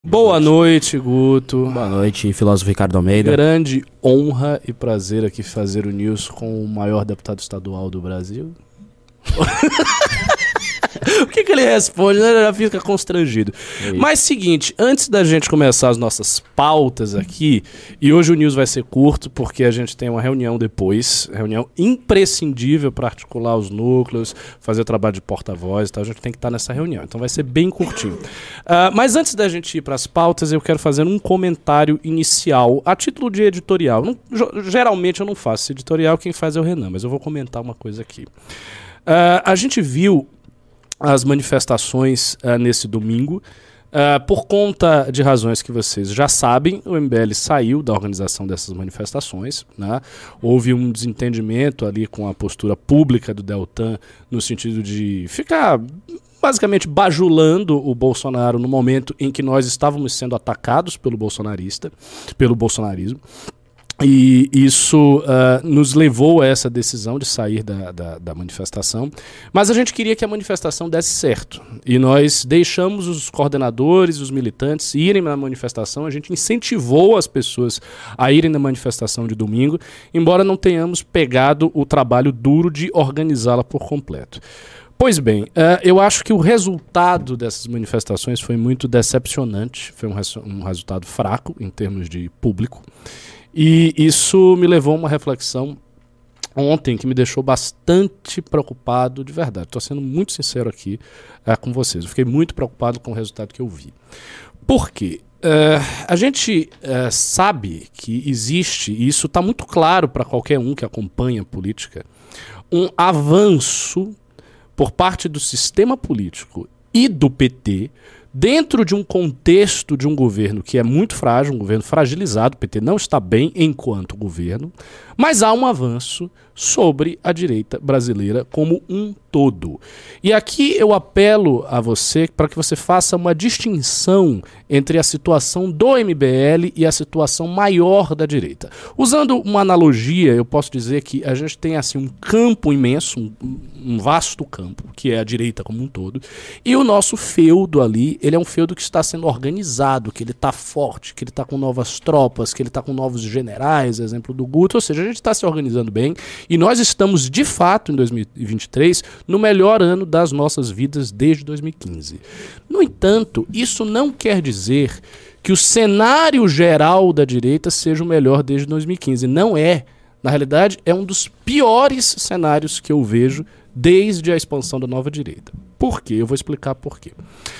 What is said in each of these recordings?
Boa noite, Guto. Boa noite, filósofo Ricardo Almeida. Grande honra e prazer aqui fazer o news com o maior deputado estadual do Brasil. O que ele responde? Ele já fica constrangido. Mas seguinte, antes da gente começar as nossas pautas aqui, e hoje o news vai ser curto porque a gente tem uma reunião depois, reunião imprescindível para articular os núcleos, fazer o trabalho de porta-voz e tal, a gente tem que estar nessa reunião, então vai ser bem curtinho. Mas antes da gente ir para as pautas, eu quero fazer um comentário inicial, a título de editorial. Geralmente eu não faço editorial, quem faz é o Renan, mas eu vou comentar uma coisa aqui. A gente viu as manifestações nesse domingo. Por conta de razões que vocês já sabem, o MBL saiu da organização dessas manifestações, né? Houve um desentendimento ali com a postura pública do Deltan, no sentido de ficar basicamente bajulando o Bolsonaro no momento em que nós estávamos sendo atacados pelo bolsonarismo. E isso nos levou a essa decisão de sair da manifestação. Mas a gente queria que a manifestação desse certo. E nós deixamos os coordenadores, os militantes irem na manifestação. A gente incentivou as pessoas a irem na manifestação de domingo, embora não tenhamos pegado o trabalho duro de organizá-la por completo. Pois bem, eu acho que o resultado dessas manifestações foi muito decepcionante. Foi um resultado fraco em termos de público. E isso me levou a uma reflexão ontem que me deixou bastante preocupado, de verdade. Estou sendo muito sincero aqui com vocês. Eu fiquei muito preocupado com o resultado que eu vi. Por quê? A gente sabe que existe, e isso está muito claro para qualquer um que acompanha a política, um avanço por parte do sistema político e do PT dentro de um contexto de um governo que é muito frágil, um governo fragilizado. O PT não está bem enquanto governo, mas há um avanço sobre a direita brasileira como um todo. E aqui eu apelo a você para que você faça uma distinção entre a situação do MBL e a situação maior da direita. Usando uma analogia, eu posso dizer que a gente tem assim um campo imenso, um vasto campo, que é a direita como um todo, e o nosso feudo ali, ele é um feudo que está sendo organizado, que ele está forte, que ele está com novas tropas, que ele está com novos generais, exemplo do Guto, ou seja, a gente está se organizando bem, e nós estamos de fato em 2023 no melhor ano das nossas vidas desde 2015. No entanto, isso não quer dizer que o cenário geral da direita seja o melhor desde 2015. Não é. Na realidade, é um dos piores cenários que eu vejo desde a expansão da nova direita. Por quê? Eu vou explicar por quê.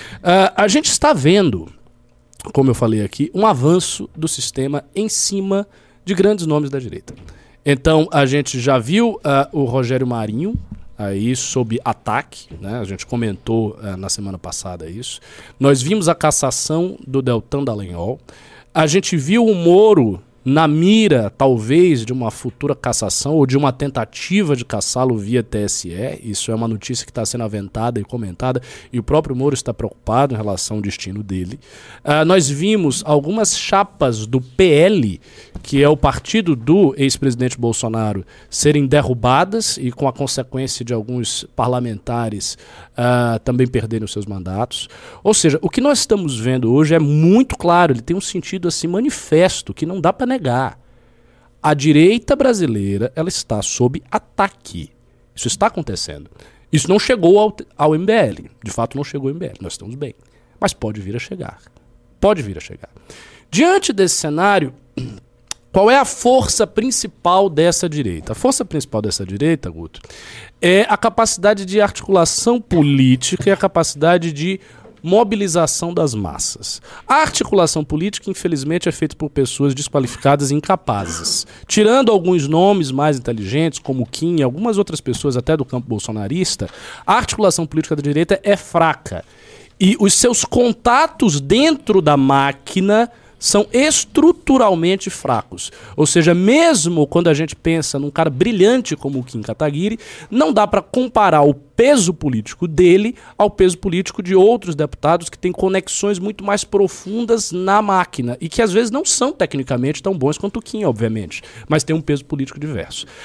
A gente está vendo, como eu falei aqui, um avanço do sistema em cima de grandes nomes da direita. Então, a gente já viu o Rogério Marinho aí sob ataque, né? A gente comentou na semana passada isso. Nós vimos a cassação do Deltan Dallagnol. A gente viu o Moro na mira, talvez, de uma futura cassação ou de uma tentativa de cassá-lo via TSE. Isso é uma notícia que está sendo aventada e comentada, e o próprio Moro está preocupado em relação ao destino dele. Nós vimos algumas chapas do PL, que é o partido do ex-presidente Bolsonaro, serem derrubadas e com a consequência de alguns parlamentares também perderem os seus mandatos. Ou seja, o que nós estamos vendo hoje é muito claro, ele tem um sentido assim manifesto, que não dá para negar. A direita brasileira, ela está sob ataque. Isso está acontecendo. Isso não chegou ao MBL. De fato, não chegou ao MBL. Nós estamos bem. Mas pode vir a chegar. Pode vir a chegar. Diante desse cenário, qual é a força principal dessa direita? A força principal dessa direita, Guto, é a capacidade de articulação política e a capacidade de mobilização das massas. A articulação política, infelizmente, é feita por pessoas desqualificadas e incapazes. Tirando alguns nomes mais inteligentes, como o Kim e algumas outras pessoas até do campo bolsonarista, a articulação política da direita é fraca. E os seus contatos dentro da máquina são estruturalmente fracos. Ou seja, mesmo quando a gente pensa num cara brilhante como o Kim Kataguiri, não dá para comparar o peso político dele ao peso político de outros deputados que têm conexões muito mais profundas na máquina e que às vezes não são tecnicamente tão bons quanto o Kim, obviamente, mas tem um peso político diverso.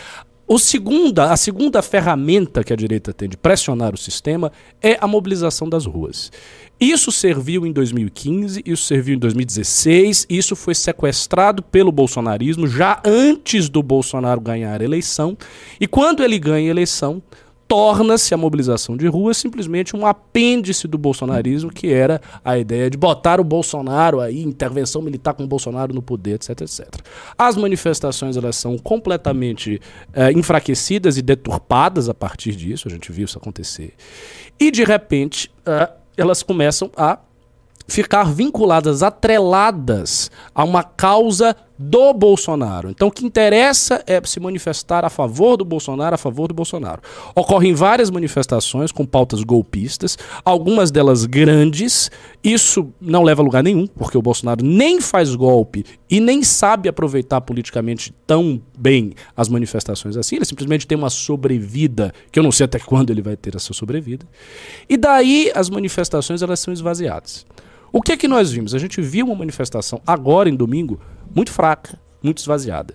A segunda ferramenta que a direita tem de pressionar o sistema é a mobilização das ruas. Isso serviu em 2015, isso serviu em 2016, isso foi sequestrado pelo bolsonarismo já antes do Bolsonaro ganhar a eleição. E quando ele ganha a eleição, torna-se a mobilização de rua simplesmente um apêndice do bolsonarismo, que era a ideia de botar o Bolsonaro aí, intervenção militar com o Bolsonaro no poder, etc, etc. As manifestações, elas são completamente enfraquecidas e deturpadas a partir disso, a gente viu isso acontecer. E, de repente, elas começam a ficar vinculadas, atreladas a uma causa do Bolsonaro. Então, o que interessa é se manifestar a favor do Bolsonaro, a favor do Bolsonaro. Ocorrem várias manifestações com pautas golpistas, algumas delas grandes. Isso não leva a lugar nenhum, porque o Bolsonaro nem faz golpe e nem sabe aproveitar politicamente tão bem as manifestações assim. Ele simplesmente tem uma sobrevida, que eu não sei até quando ele vai ter essa sobrevida. E daí as manifestações, elas são esvaziadas. O que é que nós vimos? A gente viu uma manifestação agora em domingo muito fraca, muito esvaziada.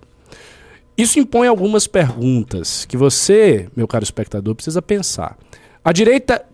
Isso impõe algumas perguntas que você, meu caro espectador, precisa pensar. A direita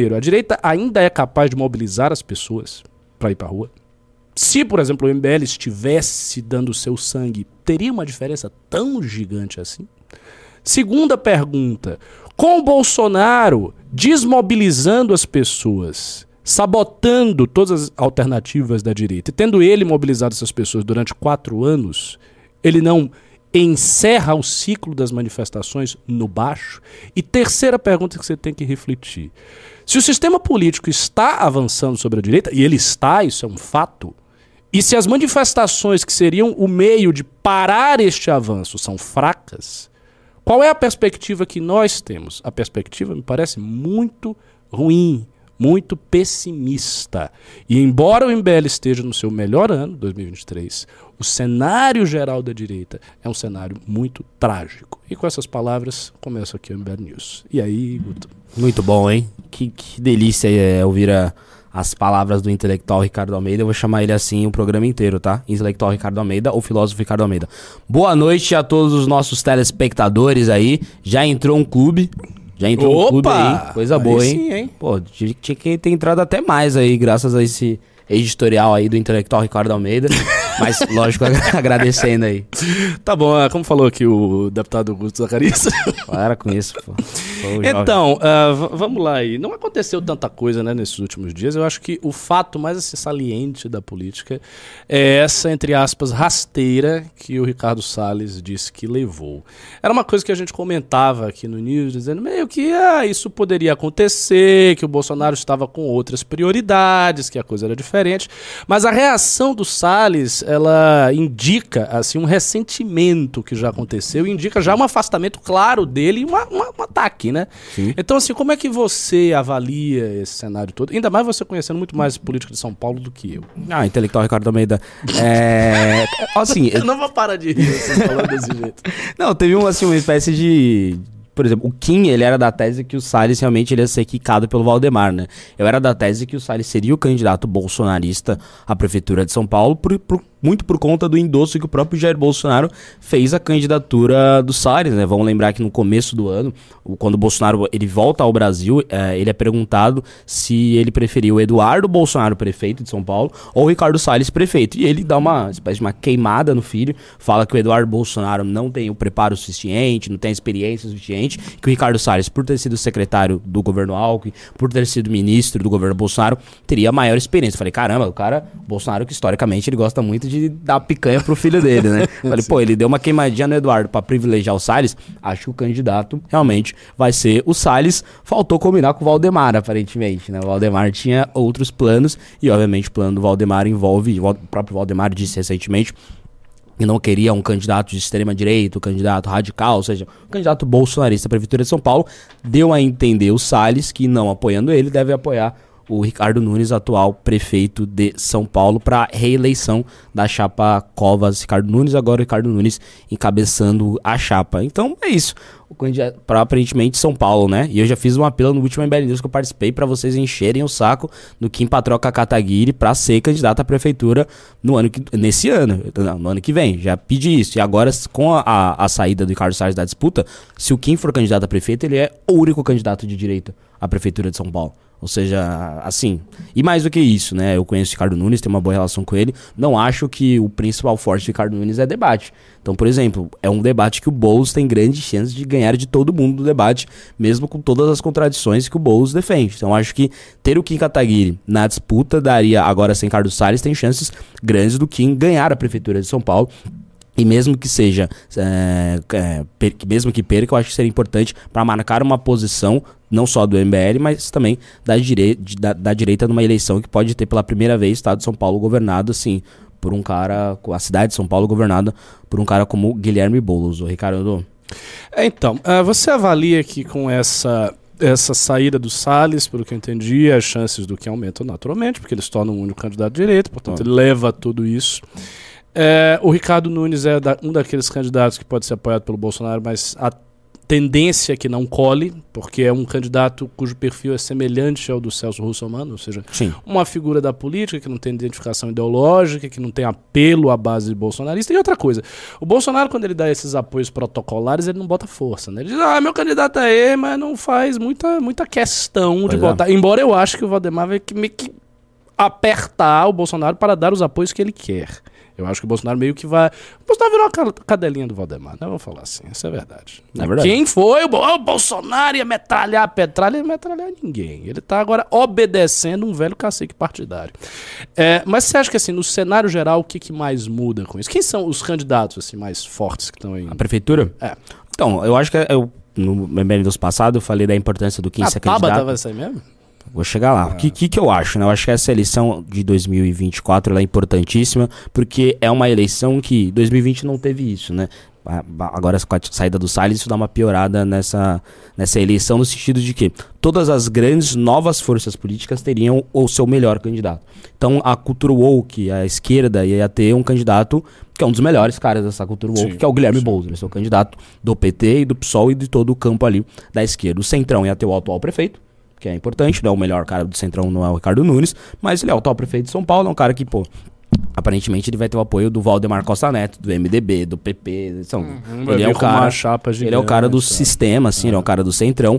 ainda é capaz de mobilizar as pessoas para ir para a rua? Se, por exemplo, o MBL estivesse dando o seu sangue, teria uma diferença tão gigante assim? Segunda pergunta, com o Bolsonaro desmobilizando as pessoas, sabotando todas as alternativas da direita, e tendo ele mobilizado essas pessoas durante 4 anos, ele não encerra o ciclo das manifestações no baixo? E terceira pergunta que você tem que refletir. Se o sistema político está avançando sobre a direita, e ele está, isso é um fato, e se as manifestações que seriam o meio de parar este avanço são fracas, qual é a perspectiva que nós temos? A perspectiva me parece muito ruim, muito pessimista. E embora o MBL esteja no seu melhor ano, 2023, o cenário geral da direita é um cenário muito trágico. E com essas palavras, começa aqui o MBL News. E aí, Guto? Muito bom, hein? Que delícia ouvir as palavras do intelectual Ricardo Almeida. Eu vou chamar ele assim o programa inteiro, tá? Intelectual Ricardo Almeida ou filósofo Ricardo Almeida. Boa noite a todos os nossos telespectadores aí. Já entrou um clube. Já entrou um clube aí, coisa boa, hein? Sim, hein? Pô, tinha que ter entrado até mais aí, graças a esse editorial aí do intelectual Ricardo Almeida. Mas, lógico, agradecendo aí. Tá bom, como falou aqui o deputado Augusto Zacarias. Para com isso, pô. Então, vamos lá aí. Não aconteceu tanta coisa, né, nesses últimos dias. Eu acho que o fato mais assim, saliente da política é essa, entre aspas, rasteira que o Ricardo Salles disse que levou. Era uma coisa que a gente comentava aqui no News, dizendo meio que isso poderia acontecer, que o Bolsonaro estava com outras prioridades, que a coisa era diferente. Mas a reação do Salles, ela indica assim, um ressentimento que já aconteceu, indica já um afastamento claro dele e um ataque, né? Sim. Então, assim, como é que você avalia esse cenário todo? Ainda mais você conhecendo muito mais política de São Paulo do que eu. Intelectual Ricardo Almeida. Assim, eu não vou parar de rir você falando desse jeito. Não, teve uma espécie de... Por exemplo, o Kim, ele era da tese que o Salles realmente ele ia ser quicado pelo Valdemar, né? Eu era da tese que o Salles seria o candidato bolsonarista à prefeitura de São Paulo, muito por conta do endosso que o próprio Jair Bolsonaro fez à candidatura do Salles, né? Vamos lembrar que no começo do ano, quando o Bolsonaro ele volta ao Brasil, ele é perguntado se ele preferia o Eduardo Bolsonaro, prefeito de São Paulo, ou o Ricardo Salles, prefeito. E ele dá uma espécie de uma queimada no filho, fala que o Eduardo Bolsonaro não tem o preparo suficiente, não tem a experiência suficiente, que o Ricardo Salles, por ter sido secretário do governo Alckmin, por ter sido ministro do governo Bolsonaro, teria maior experiência. Falei, caramba, o Bolsonaro, que historicamente ele gosta muito de dar picanha pro filho dele, né? Falei, pô, ele deu uma queimadinha no Eduardo pra privilegiar o Salles, acho que o candidato realmente vai ser o Salles. Faltou combinar com o Valdemar, aparentemente, né? O Valdemar tinha outros planos e, obviamente, o plano do Valdemar envolve, o próprio Valdemar disse recentemente, e não queria um candidato de extrema-direita, um candidato radical, ou seja, um candidato bolsonarista à prefeitura de São Paulo, deu a entender o Salles que, não apoiando ele, deve apoiar o Ricardo Nunes, atual prefeito de São Paulo, para reeleição da chapa Covas-Ricardo Nunes, agora o Ricardo Nunes encabeçando a chapa. Então é isso, para aparentemente São Paulo, né? E eu já fiz um apelo no último MBL News que eu participei para vocês encherem o saco do Kim Patroca Kataguiri para ser candidato à prefeitura no ano que vem. Já pedi isso. E agora, com a saída do Ricardo Salles da disputa, se o Kim for candidato a prefeito, ele é o único candidato de direita à prefeitura de São Paulo. Ou seja, assim, e mais do que isso, né? Eu conheço o Ricardo Nunes, tenho uma boa relação com ele. Não acho que o principal forte do Ricardo Nunes é debate. Então, por exemplo, é um debate que o Boulos tem grandes chances de ganhar de todo mundo do debate, mesmo com todas as contradições que o Boulos defende. Então, acho que ter o Kim Kataguiri na disputa daria, agora sem Ricardo Salles, tem chances grandes do Kim ganhar a prefeitura de São Paulo. E mesmo que seja, mesmo que perca, eu acho que seria importante para marcar uma posição, não só do MBL, mas também da direita numa eleição que pode ter pela primeira vez o estado de São Paulo governado, assim, por um cara, a cidade de São Paulo governada por um cara como Guilherme Boulos, o Ricardo. Então, você avalia que com essa saída do Salles, pelo que eu entendi, as chances do que aumentam naturalmente, porque eles tornam o único candidato de direita, portanto ele leva tudo isso. O Ricardo Nunes é um daqueles candidatos que pode ser apoiado pelo Bolsonaro, mas a tendência é que não cole, porque é um candidato cujo perfil é semelhante ao do Celso Russomano, ou seja, sim, uma figura da política que não tem identificação ideológica, que não tem apelo à base bolsonarista. E outra coisa, o Bolsonaro, quando ele dá esses apoios protocolares, ele não bota força, né? Ele diz, meu candidato é, mas não faz muita questão de botar. Embora eu acho que o Valdemar vai meio que apertar o Bolsonaro para dar os apoios que ele quer. Eu acho que o Bolsonaro meio que vai... O Bolsonaro virou uma cadelinha do Valdemar, né? Vamos falar assim, isso é verdade. É verdade. Quem foi? O Bolsonaro ia metralhar a Petralha, ia metralhar ninguém. Ele tá agora obedecendo um velho cacique partidário. Mas você acha que, assim, no cenário geral, o que mais muda com isso? Quem são os candidatos, assim, mais fortes que estão aí? A prefeitura? Então, eu acho que no MBL News passado eu falei da importância do Kim ser candidato. A Tabata vai sair mesmo? Vou chegar lá. O que eu acho, né? Eu acho que essa eleição de 2024 ela é importantíssima, porque é uma eleição que 2020 não teve isso, né? Agora, com a saída do Salles, isso dá uma piorada nessa eleição, no sentido de que todas as grandes novas forças políticas teriam o seu melhor candidato. Então, a cultura woke, a esquerda, ia ter um candidato que é um dos melhores caras dessa cultura woke, sim, que é o Guilherme Boulos. Ele é o candidato do PT e do PSOL e de todo o campo ali da esquerda. O Centrão ia ter o atual prefeito, que é importante, não é o melhor cara do Centrão, não é o Ricardo Nunes, mas ele é o atual prefeito de São Paulo, é um cara que, aparentemente ele vai ter o apoio do Valdemar Costa Neto, do MDB, do PP, ele é o cara, ele é o cara do sistema, assim, ele é o cara do Centrão.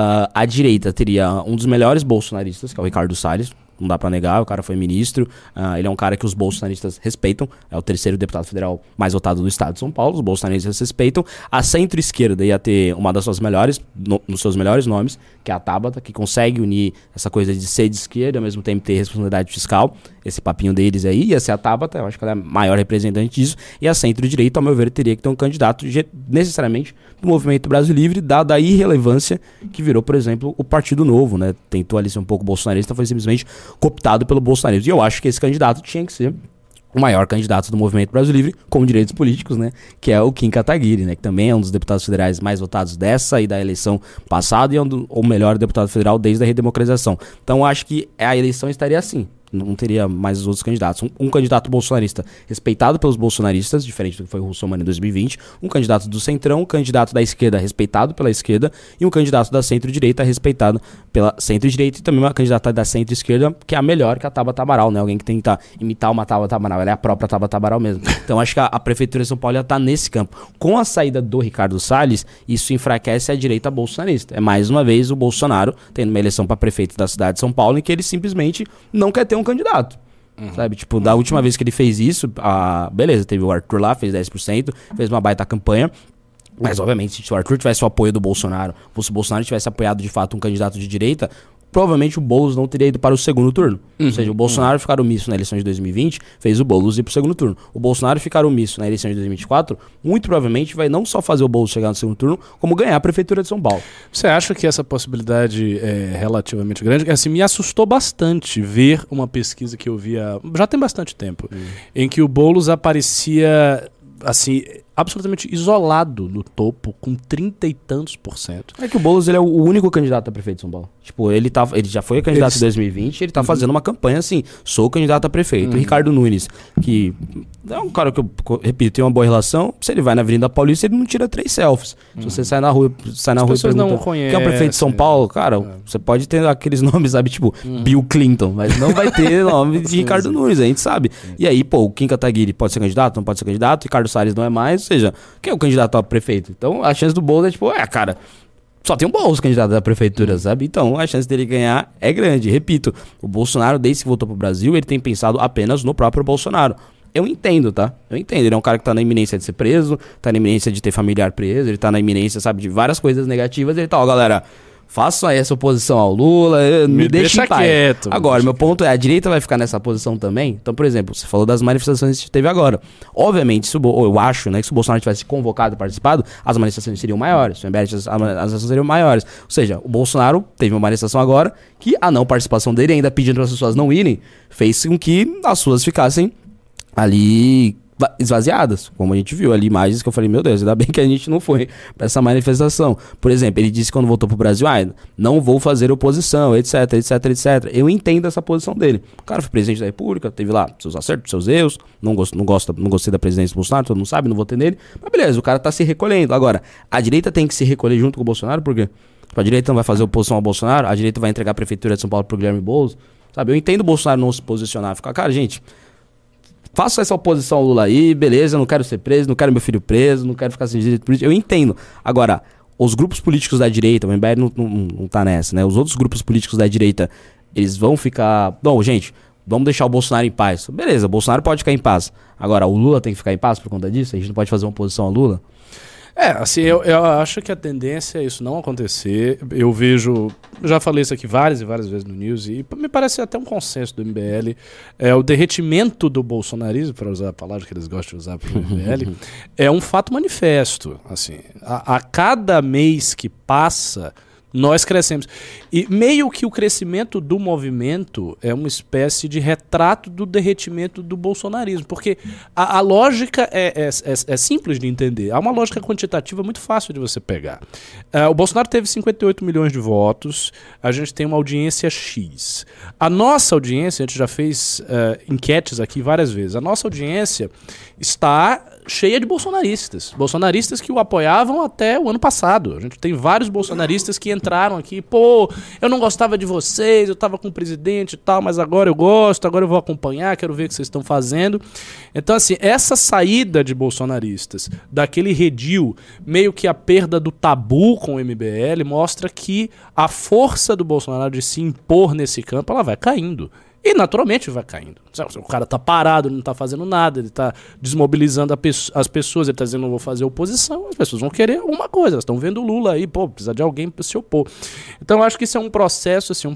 A direita teria um dos melhores bolsonaristas, que é o Ricardo Salles, não dá pra negar, o cara foi ministro, ele é um cara que os bolsonaristas respeitam, é o terceiro deputado federal mais votado do estado de São Paulo, os bolsonaristas respeitam. A centro-esquerda ia ter uma das suas melhores, nos seus melhores nomes, que é a Tabata, que consegue unir essa coisa de ser de esquerda e ao mesmo tempo ter responsabilidade fiscal, esse papinho deles aí, ia ser a Tabata, eu acho que ela é a maior representante disso, e a centro-direita, ao meu ver, teria que ter um candidato necessariamente do Movimento Brasil Livre, dada a irrelevância que virou, por exemplo, o Partido Novo, né? Tentou ali ser um pouco bolsonarista, foi simplesmente cooptado pelo bolsonarismo. E eu acho que esse candidato tinha que ser o maior candidato do Movimento Brasil Livre com direitos políticos, né? Que é o Kim Kataguiri, né? Que também é um dos deputados federais mais votados dessa e da eleição passada e é o melhor deputado federal desde a redemocratização. Então eu acho que a eleição estaria assim. Não teria mais os outros candidatos. Um candidato bolsonarista respeitado pelos bolsonaristas, diferente do que foi o Russomano em 2020. Um candidato do Centrão, um candidato da esquerda respeitado pela esquerda e um candidato da centro-direita respeitado pela centro-direita e também uma candidata da centro-esquerda que é a melhor, que é a Tabata Amaral, né? Alguém que tenta imitar uma Tabata Amaral. Ela é a própria Tabata Amaral mesmo. Então acho que a Prefeitura de São Paulo já está nesse campo. Com a saída do Ricardo Salles, isso enfraquece a direita bolsonarista. É mais uma vez o Bolsonaro tendo uma eleição para prefeito da cidade de São Paulo em que ele simplesmente não quer ter um candidato. Sabe? Tipo, da última vez que ele fez isso, beleza, teve o Arthur lá, fez 10%, fez uma baita campanha. Mas, obviamente, se o Arthur tivesse o apoio do Bolsonaro, ou se o Bolsonaro tivesse apoiado de fato um candidato de direita, provavelmente o Boulos não teria ido para o segundo turno. Ou seja, o Bolsonaro ficar omisso na eleição de 2020 fez o Boulos ir para o segundo turno. O Bolsonaro ficar omisso na eleição de 2024, muito provavelmente vai não só fazer o Boulos chegar no segundo turno, como ganhar a Prefeitura de São Paulo. Você acha que essa possibilidade é relativamente grande? Assim, me assustou bastante ver uma pesquisa que eu via já tem bastante tempo, em que o Boulos aparecia... assim, absolutamente isolado no topo, com 30 e tantos %. É que o Boulos, ele é o único candidato a prefeito de São Paulo. Tipo, ele já foi candidato em 2020, ele tá fazendo uma campanha assim, sou candidato a prefeito. Ricardo Nunes, que é um cara que eu repito, tem uma boa relação, se ele vai na Avenida Paulista, ele não tira 3 selfies. Se você sai na rua e pergunta não conhecem, quem é o prefeito de São Paulo, cara, você pode ter aqueles nomes, sabe, tipo, Bill Clinton, mas não vai ter nome de Ricardo Nunes, a gente sabe. E aí, pô, o Kim Kataguiri pode ser candidato, não pode ser candidato, Ricardo Salles não é mais, ou seja, quem é o candidato a prefeito? Então, a chance do Boulos é tipo, cara, só tem um Boulos candidato à prefeitura, sabe? Então, a chance dele ganhar é grande. Repito, o Bolsonaro, desde que voltou pro Brasil, ele tem pensado apenas no próprio Bolsonaro. Eu entendo, tá? Eu entendo. Ele é um cara que tá na iminência de ser preso, tá na iminência de ter familiar preso, ele tá na iminência, sabe, de várias coisas negativas. Ele tá, ó, galera, façam aí essa oposição ao Lula, me deixa quieto. Agora, meu ponto é, a direita vai ficar nessa posição também? Então, por exemplo, você falou das manifestações que teve agora. Obviamente, eu acho, né, que se o Bolsonaro tivesse convocado e participado, as manifestações seriam maiores, as manifestações seriam maiores. Ou seja, o Bolsonaro teve uma manifestação agora que a não participação dele, ainda pedindo para as pessoas não irem, fez com que as suas ficassem ali esvaziadas, como a gente viu ali imagens que eu falei, meu Deus, ainda bem que a gente não foi pra essa manifestação. Por exemplo, ele disse quando voltou pro Brasil, não vou fazer oposição, etc, etc, etc. Eu entendo essa posição dele. O cara foi presidente da República, teve lá seus acertos, seus erros, não gostei da presidência do Bolsonaro, todo mundo sabe, não votei nele, mas beleza, o cara tá se recolhendo. Agora, a direita tem que se recolher junto com o Bolsonaro, por quê? A direita não vai fazer oposição ao Bolsonaro, a direita vai entregar a prefeitura de São Paulo pro Guilherme Boulos, sabe? Eu entendo o Bolsonaro não se posicionar, ficar, cara, gente, faço essa oposição ao Lula aí, beleza, não quero ser preso, não quero meu filho preso, não quero ficar sem direito político. Eu entendo. Agora, os grupos políticos da direita, o MBL não tá nessa, né? Os outros grupos políticos da direita, eles vão ficar... Bom, gente, vamos deixar o Bolsonaro em paz. Beleza, o Bolsonaro pode ficar em paz. Agora, o Lula tem que ficar em paz por conta disso? A gente não pode fazer uma oposição ao Lula? Assim, eu acho que a tendência é isso não acontecer. Eu vejo, já falei isso aqui várias e várias vezes no News, e me parece até um consenso do MBL, o derretimento do bolsonarismo, para usar a palavra que eles gostam de usar para o MBL, é um fato manifesto. Assim, a cada mês que passa, nós crescemos. E meio que o crescimento do movimento é uma espécie de retrato do derretimento do bolsonarismo. Porque a lógica é simples de entender. Há uma lógica quantitativa muito fácil de você pegar. O Bolsonaro teve 58 milhões de votos. A gente tem uma audiência X. A nossa audiência, a gente já fez enquetes aqui várias vezes. A nossa audiência está cheia de bolsonaristas. Bolsonaristas que o apoiavam até o ano passado. A gente tem vários bolsonaristas que entraram aqui, pô, eu não gostava de vocês, eu tava com o presidente e tal, mas agora eu gosto, agora eu vou acompanhar, quero ver o que vocês estão fazendo. Então, assim, essa saída de bolsonaristas daquele redil, meio que a perda do tabu com o MBL, mostra que a força do Bolsonaro de se impor nesse campo, ela vai caindo. E naturalmente vai caindo. O cara tá parado, ele não tá fazendo nada, ele tá desmobilizando as pessoas, ele tá dizendo não vou fazer oposição, as pessoas vão querer alguma coisa, elas estão vendo o Lula aí, pô, precisa de alguém para se opor. Então eu acho que isso é um processo, assim,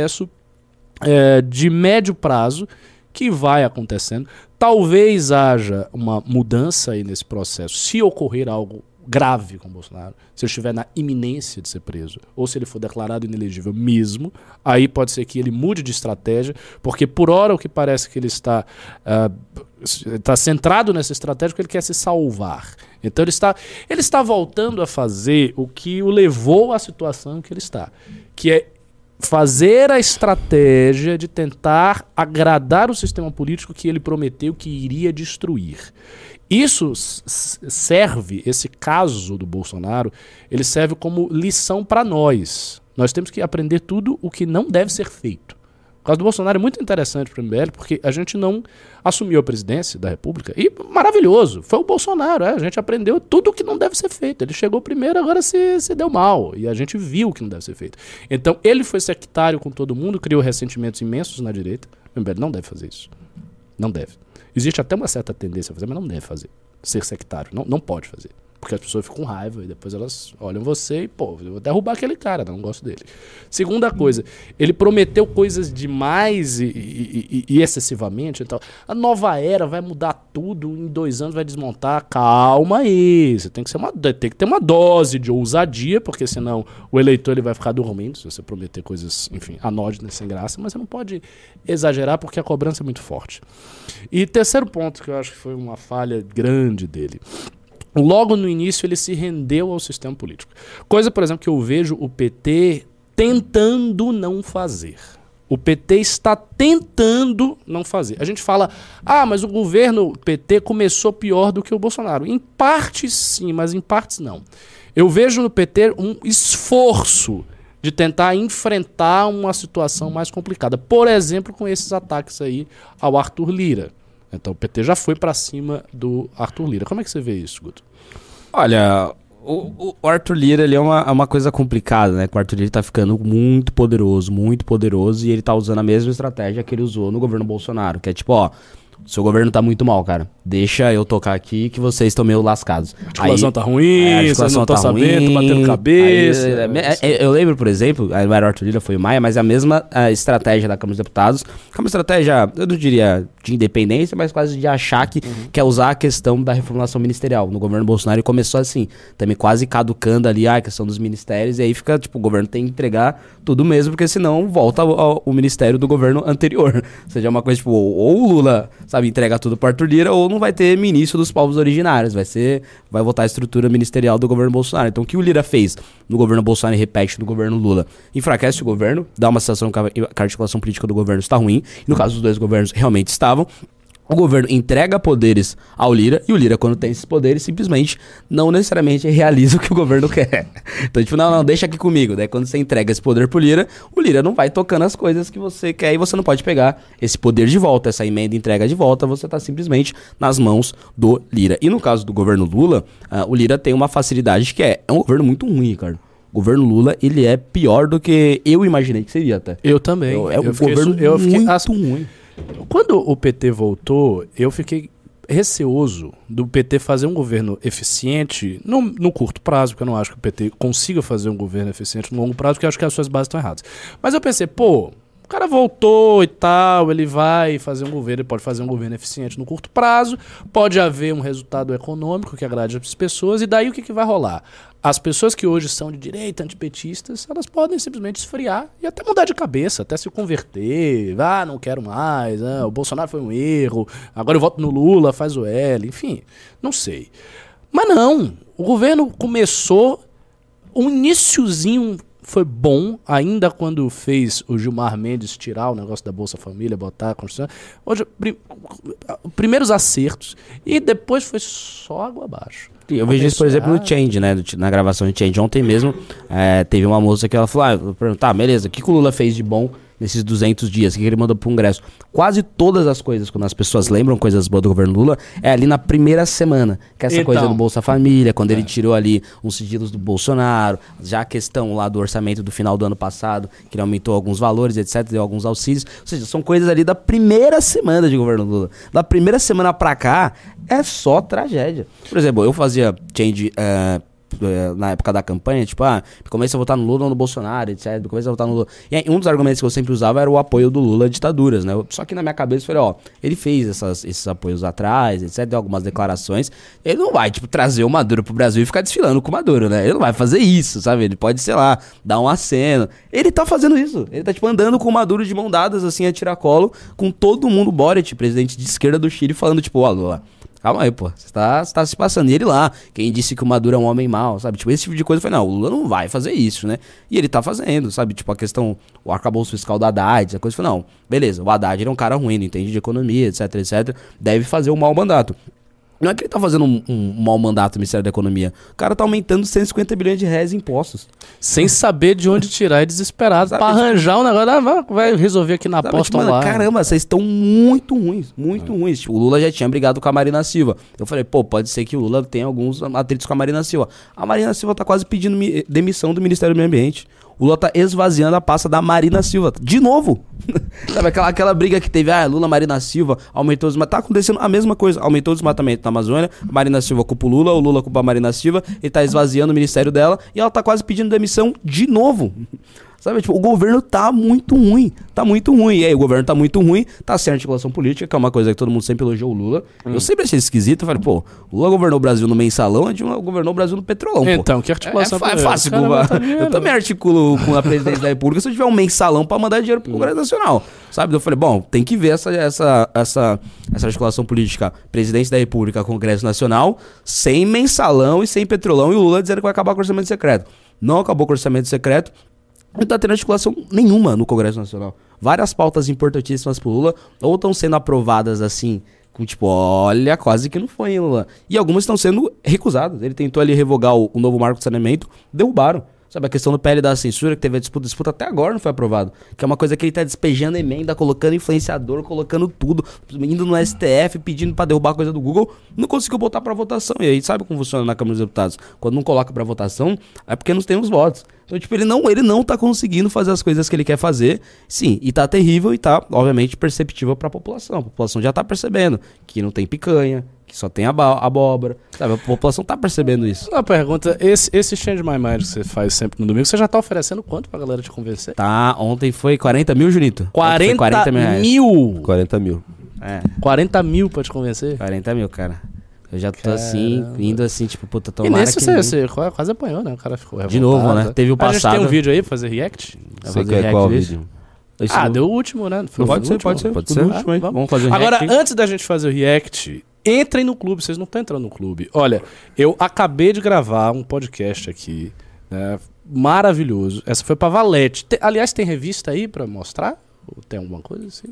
de médio prazo que vai acontecendo. Talvez haja uma mudança aí nesse processo, se ocorrer algo grave com o Bolsonaro, se ele estiver na iminência de ser preso, ou se ele for declarado inelegível mesmo, aí pode ser que ele mude de estratégia, porque por hora o que parece que ele está centrado nessa estratégia, porque ele quer se salvar. Então ele está voltando a fazer o que o levou à situação que ele está, que é fazer a estratégia de tentar agradar o sistema político que ele prometeu que iria destruir. Isso serve, esse caso do Bolsonaro, ele serve como lição para nós. Nós temos que aprender tudo o que não deve ser feito. O caso do Bolsonaro é muito interessante para o MBL, porque a gente não assumiu a presidência da República, e maravilhoso, foi o Bolsonaro, a gente aprendeu tudo o que não deve ser feito. Ele chegou primeiro, agora se deu mal, e a gente viu o que não deve ser feito. Então ele foi sectário com todo mundo, criou ressentimentos imensos na direita. O MBL não deve fazer isso. Não deve. Existe até uma certa tendência a fazer, mas não deve fazer. Ser sectário. Não pode fazer. Porque as pessoas ficam com raiva e depois elas olham você e, pô, eu vou derrubar aquele cara, não gosto dele. Segunda coisa, ele prometeu coisas demais e excessivamente. Então, a nova era vai mudar tudo, em 2 anos vai desmontar. Calma aí, você tem que ter uma dose de ousadia, porque senão o eleitor ele vai ficar dormindo se você prometer coisas, enfim, anódinas, sem graça, mas você não pode exagerar porque a cobrança é muito forte. E terceiro ponto que eu acho que foi uma falha grande dele. logo no início ele se rendeu ao sistema político. Coisa, por exemplo, que eu vejo o PT tentando não fazer. O PT está tentando não fazer. A gente fala, mas o governo PT começou pior do que o Bolsonaro. Em partes sim, mas em partes não. Eu vejo no PT um esforço de tentar enfrentar uma situação mais complicada. Por exemplo, com esses ataques aí ao Arthur Lira. Então o PT já foi para cima do Arthur Lira. Como é que você vê isso, Guto? Olha, o Arthur Lira ele é uma coisa complicada, né? O Arthur Lira tá ficando muito poderoso, e ele tá usando a mesma estratégia que ele usou no governo Bolsonaro, que é tipo, seu governo tá muito mal, cara. Deixa eu tocar aqui que vocês estão meio lascados. A articulação tá ruim, vocês não estão sabendo, tô batendo cabeça. Eu lembro, por exemplo, não era o Arthur Lira, foi o Maia, mas é a mesma estratégia da Câmara dos Deputados, que é uma estratégia, eu não diria de independência, mas quase de achaque, que é usar a questão da reformulação ministerial. No governo Bolsonaro ele começou assim, também quase caducando ali a questão dos ministérios, e aí fica, tipo, o governo tem que entregar tudo mesmo, porque senão volta ao ministério do governo anterior. Ou seja, é uma coisa, tipo, ou o Lula, sabe, entrega tudo pro Arthur Lira, ou não vai ter ministro dos povos originários, vai voltar a estrutura ministerial do governo Bolsonaro. Então o que o Lira fez no governo Bolsonaro e repete no governo Lula? Enfraquece o governo, dá uma sensação que a articulação política do governo está ruim, e no caso dos dois governos realmente estavam. O governo entrega poderes ao Lira, e o Lira, quando tem esses poderes, simplesmente não necessariamente realiza o que o governo quer. Então, tipo, não, deixa aqui comigo. Daí, quando você entrega esse poder pro Lira, o Lira não vai tocando as coisas que você quer, e você não pode pegar esse poder de volta, essa emenda entrega de volta, você tá simplesmente nas mãos do Lira. E no caso do governo Lula, o Lira tem uma facilidade que é um governo muito ruim, Ricardo. O governo Lula, ele é pior do que eu imaginei que seria, até. Eu também. É um governo muito ruim. Quando o PT voltou, eu fiquei receoso do PT fazer um governo eficiente no curto prazo, porque eu não acho que o PT consiga fazer um governo eficiente no longo prazo, porque eu acho que as suas bases estão erradas. Mas eu pensei, o cara voltou e tal, ele vai fazer um governo, ele pode fazer um governo eficiente no curto prazo, pode haver um resultado econômico que agrade as pessoas, e daí o que vai rolar? As pessoas que hoje são de direita, antipetistas, elas podem simplesmente esfriar e até mudar de cabeça, até se converter, não quero mais, o Bolsonaro foi um erro, agora eu voto no Lula, faz o L, enfim, não sei. Mas não, o governo começou, um iniciozinho foi bom, ainda quando fez o Gilmar Mendes tirar o negócio da Bolsa Família, botar a Constituição. Hoje, primeiros acertos, e depois foi só água abaixo. Eu vejo isso, por exemplo, no Change, né? Na gravação de Change. Ontem mesmo, teve uma moça que ela falou, beleza, o que o Lula fez de bom nesses 200 dias? O que ele mandou pro Congresso? Quase todas as coisas, quando as pessoas lembram coisas boas do governo Lula, é ali na primeira semana. Que é essa coisa do Bolsa Família, quando ele tirou ali uns sigilos do Bolsonaro, já a questão lá do orçamento do final do ano passado, que ele aumentou alguns valores, etc., deu alguns auxílios. Ou seja, são coisas ali da primeira semana de governo Lula. Da primeira semana pra cá, é só tragédia. Por exemplo, eu fazia Change na época da campanha, tipo, comecei a votar no Lula ou no Bolsonaro, etc. Comecei a votar no Lula. E aí, um dos argumentos que eu sempre usava era o apoio do Lula a ditaduras, né? Só que na minha cabeça eu falei, ele fez esses apoios atrás, etc. Deu algumas declarações. Ele não vai, trazer o Maduro pro Brasil e ficar desfilando com o Maduro, né? Ele não vai fazer isso, sabe? Ele pode, sei lá, dar um aceno. Ele tá fazendo isso. Ele tá, andando com o Maduro de mão dadas, assim, a tiracolo, com todo mundo, Boric, presidente de esquerda do Chile, falando, Lula, calma aí, você tá se passando. E ele lá, quem disse que o Maduro é um homem mau, sabe? Esse tipo de coisa, eu falei, não, o Lula não vai fazer isso, né? E ele tá fazendo, sabe? A questão, o arcabouço fiscal do Haddad, essa coisa, eu falei, não, beleza, o Haddad ele é um cara ruim, não entende de economia, etc, deve fazer um mau mandato. Não é que ele tá fazendo um mau mandato no Ministério da Economia. O cara tá aumentando 150 bilhões de reais em impostos. Sem saber de onde tirar, é desesperado. Sabe, pra arranjar um negócio, vai resolver aqui na aposta online. Caramba, vocês estão muito ruins, muito ruins. O Lula já tinha brigado com a Marina Silva. Eu falei, pode ser que o Lula tenha alguns atritos com a Marina Silva. A Marina Silva tá quase pedindo demissão do Ministério do Meio Ambiente. O Lula tá esvaziando a pasta da Marina Silva. De novo. Sabe, aquela briga que teve, Lula, Marina Silva, aumentou o desmatamento. Tá acontecendo a mesma coisa. Aumentou o desmatamento na Amazônia, a Marina Silva culpa o Lula culpa a Marina Silva, ele tá esvaziando o ministério dela e ela tá quase pedindo demissão de novo. Sabe, tipo, o governo tá muito ruim. E aí, o governo tá muito ruim, tá sem articulação política, que é uma coisa que todo mundo sempre elogiou o Lula. Eu sempre achei esquisito, eu falei, pô, o Lula governou o Brasil no mensalão, a Dilma governou o Brasil no petrolão, Então, que articulação é fácil, eu também articulo com a presidência da República se eu tiver um mensalão pra mandar dinheiro pro Congresso Nacional, sabe? Eu falei, bom, tem que ver essa articulação política, presidência da República, Congresso Nacional, sem mensalão e sem petrolão, e o Lula dizendo que vai acabar com o orçamento secreto. Não acabou com o orçamento secreto, não tá tendo articulação nenhuma no Congresso Nacional. Várias pautas importantíssimas pro Lula ou estão sendo aprovadas assim, com tipo, olha, quase que não foi, hein, Lula. E algumas estão sendo recusadas. Ele tentou ali revogar o novo marco de saneamento, derrubaram. Sabe, a questão do PL da censura, que teve a disputa até agora não foi aprovado. Que é uma coisa que ele tá despejando emenda, colocando influenciador, colocando tudo, indo no STF, pedindo pra derrubar a coisa do Google, não conseguiu botar pra votação. E aí, sabe como funciona na Câmara dos Deputados? Quando não coloca pra votação, é porque não tem os votos. Então, tipo, ele não tá conseguindo fazer as coisas que ele quer fazer, sim, e tá terrível e tá, obviamente, perceptível pra população. A população já tá percebendo que não tem picanha, que só tem abóbora, sabe? A população tá percebendo isso. Uma pergunta, esse Change My Mind que você faz sempre no domingo, você já tá oferecendo quanto pra galera te convencer? Tá, ontem foi 40 mil, Junito. 40 mil? 40 mil. É. 40 mil pra te convencer? 40 mil, cara. Eu já tô assim, indo assim, tipo, puta, E tomara nesse que... você quase apanhou, né? O cara ficou revoltado. De novo, né? Teve o A gente passado. tem um vídeo aí pra fazer react? Você quer qual vídeo? Deu o último, né? Foi Pode ser, pode ser. Pode ser. Último, hein? Vamos fazer um Agora, react. antes da gente fazer o react, entrem no clube. Vocês não estão entrando no clube. Olha, eu acabei de gravar um podcast aqui, né? Maravilhoso. Essa foi pra Valete. Aliás, tem revista aí pra mostrar? Ou tem alguma coisa assim?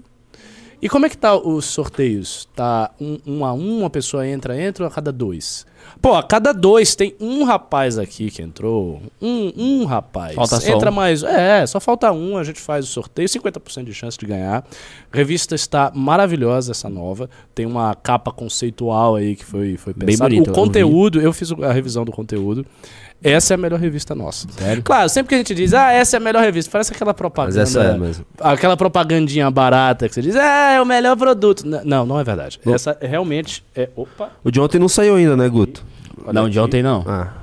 E como é que tá os sorteios? Tá um a um, uma pessoa entra ou a cada dois? Pô, a cada dois tem um rapaz aqui que entrou. Um rapaz. Falta só entra um. mais. Só falta um, a gente faz o sorteio, 50% de chance de ganhar. A revista está maravilhosa, essa nova. Tem uma capa conceitual aí que foi Bem pensada. bonita, O conteúdo, eu fiz a revisão do conteúdo. Essa é a melhor revista nossa. Sério? Claro, sempre que a gente diz, essa é a melhor revista, parece aquela propaganda. Mas essa é mesmo. Aquela propagandinha barata que você diz, é o melhor produto. Não é verdade. Essa realmente é. Opa! O de ontem não saiu ainda, né, Guto? Não, de ontem não. Ah.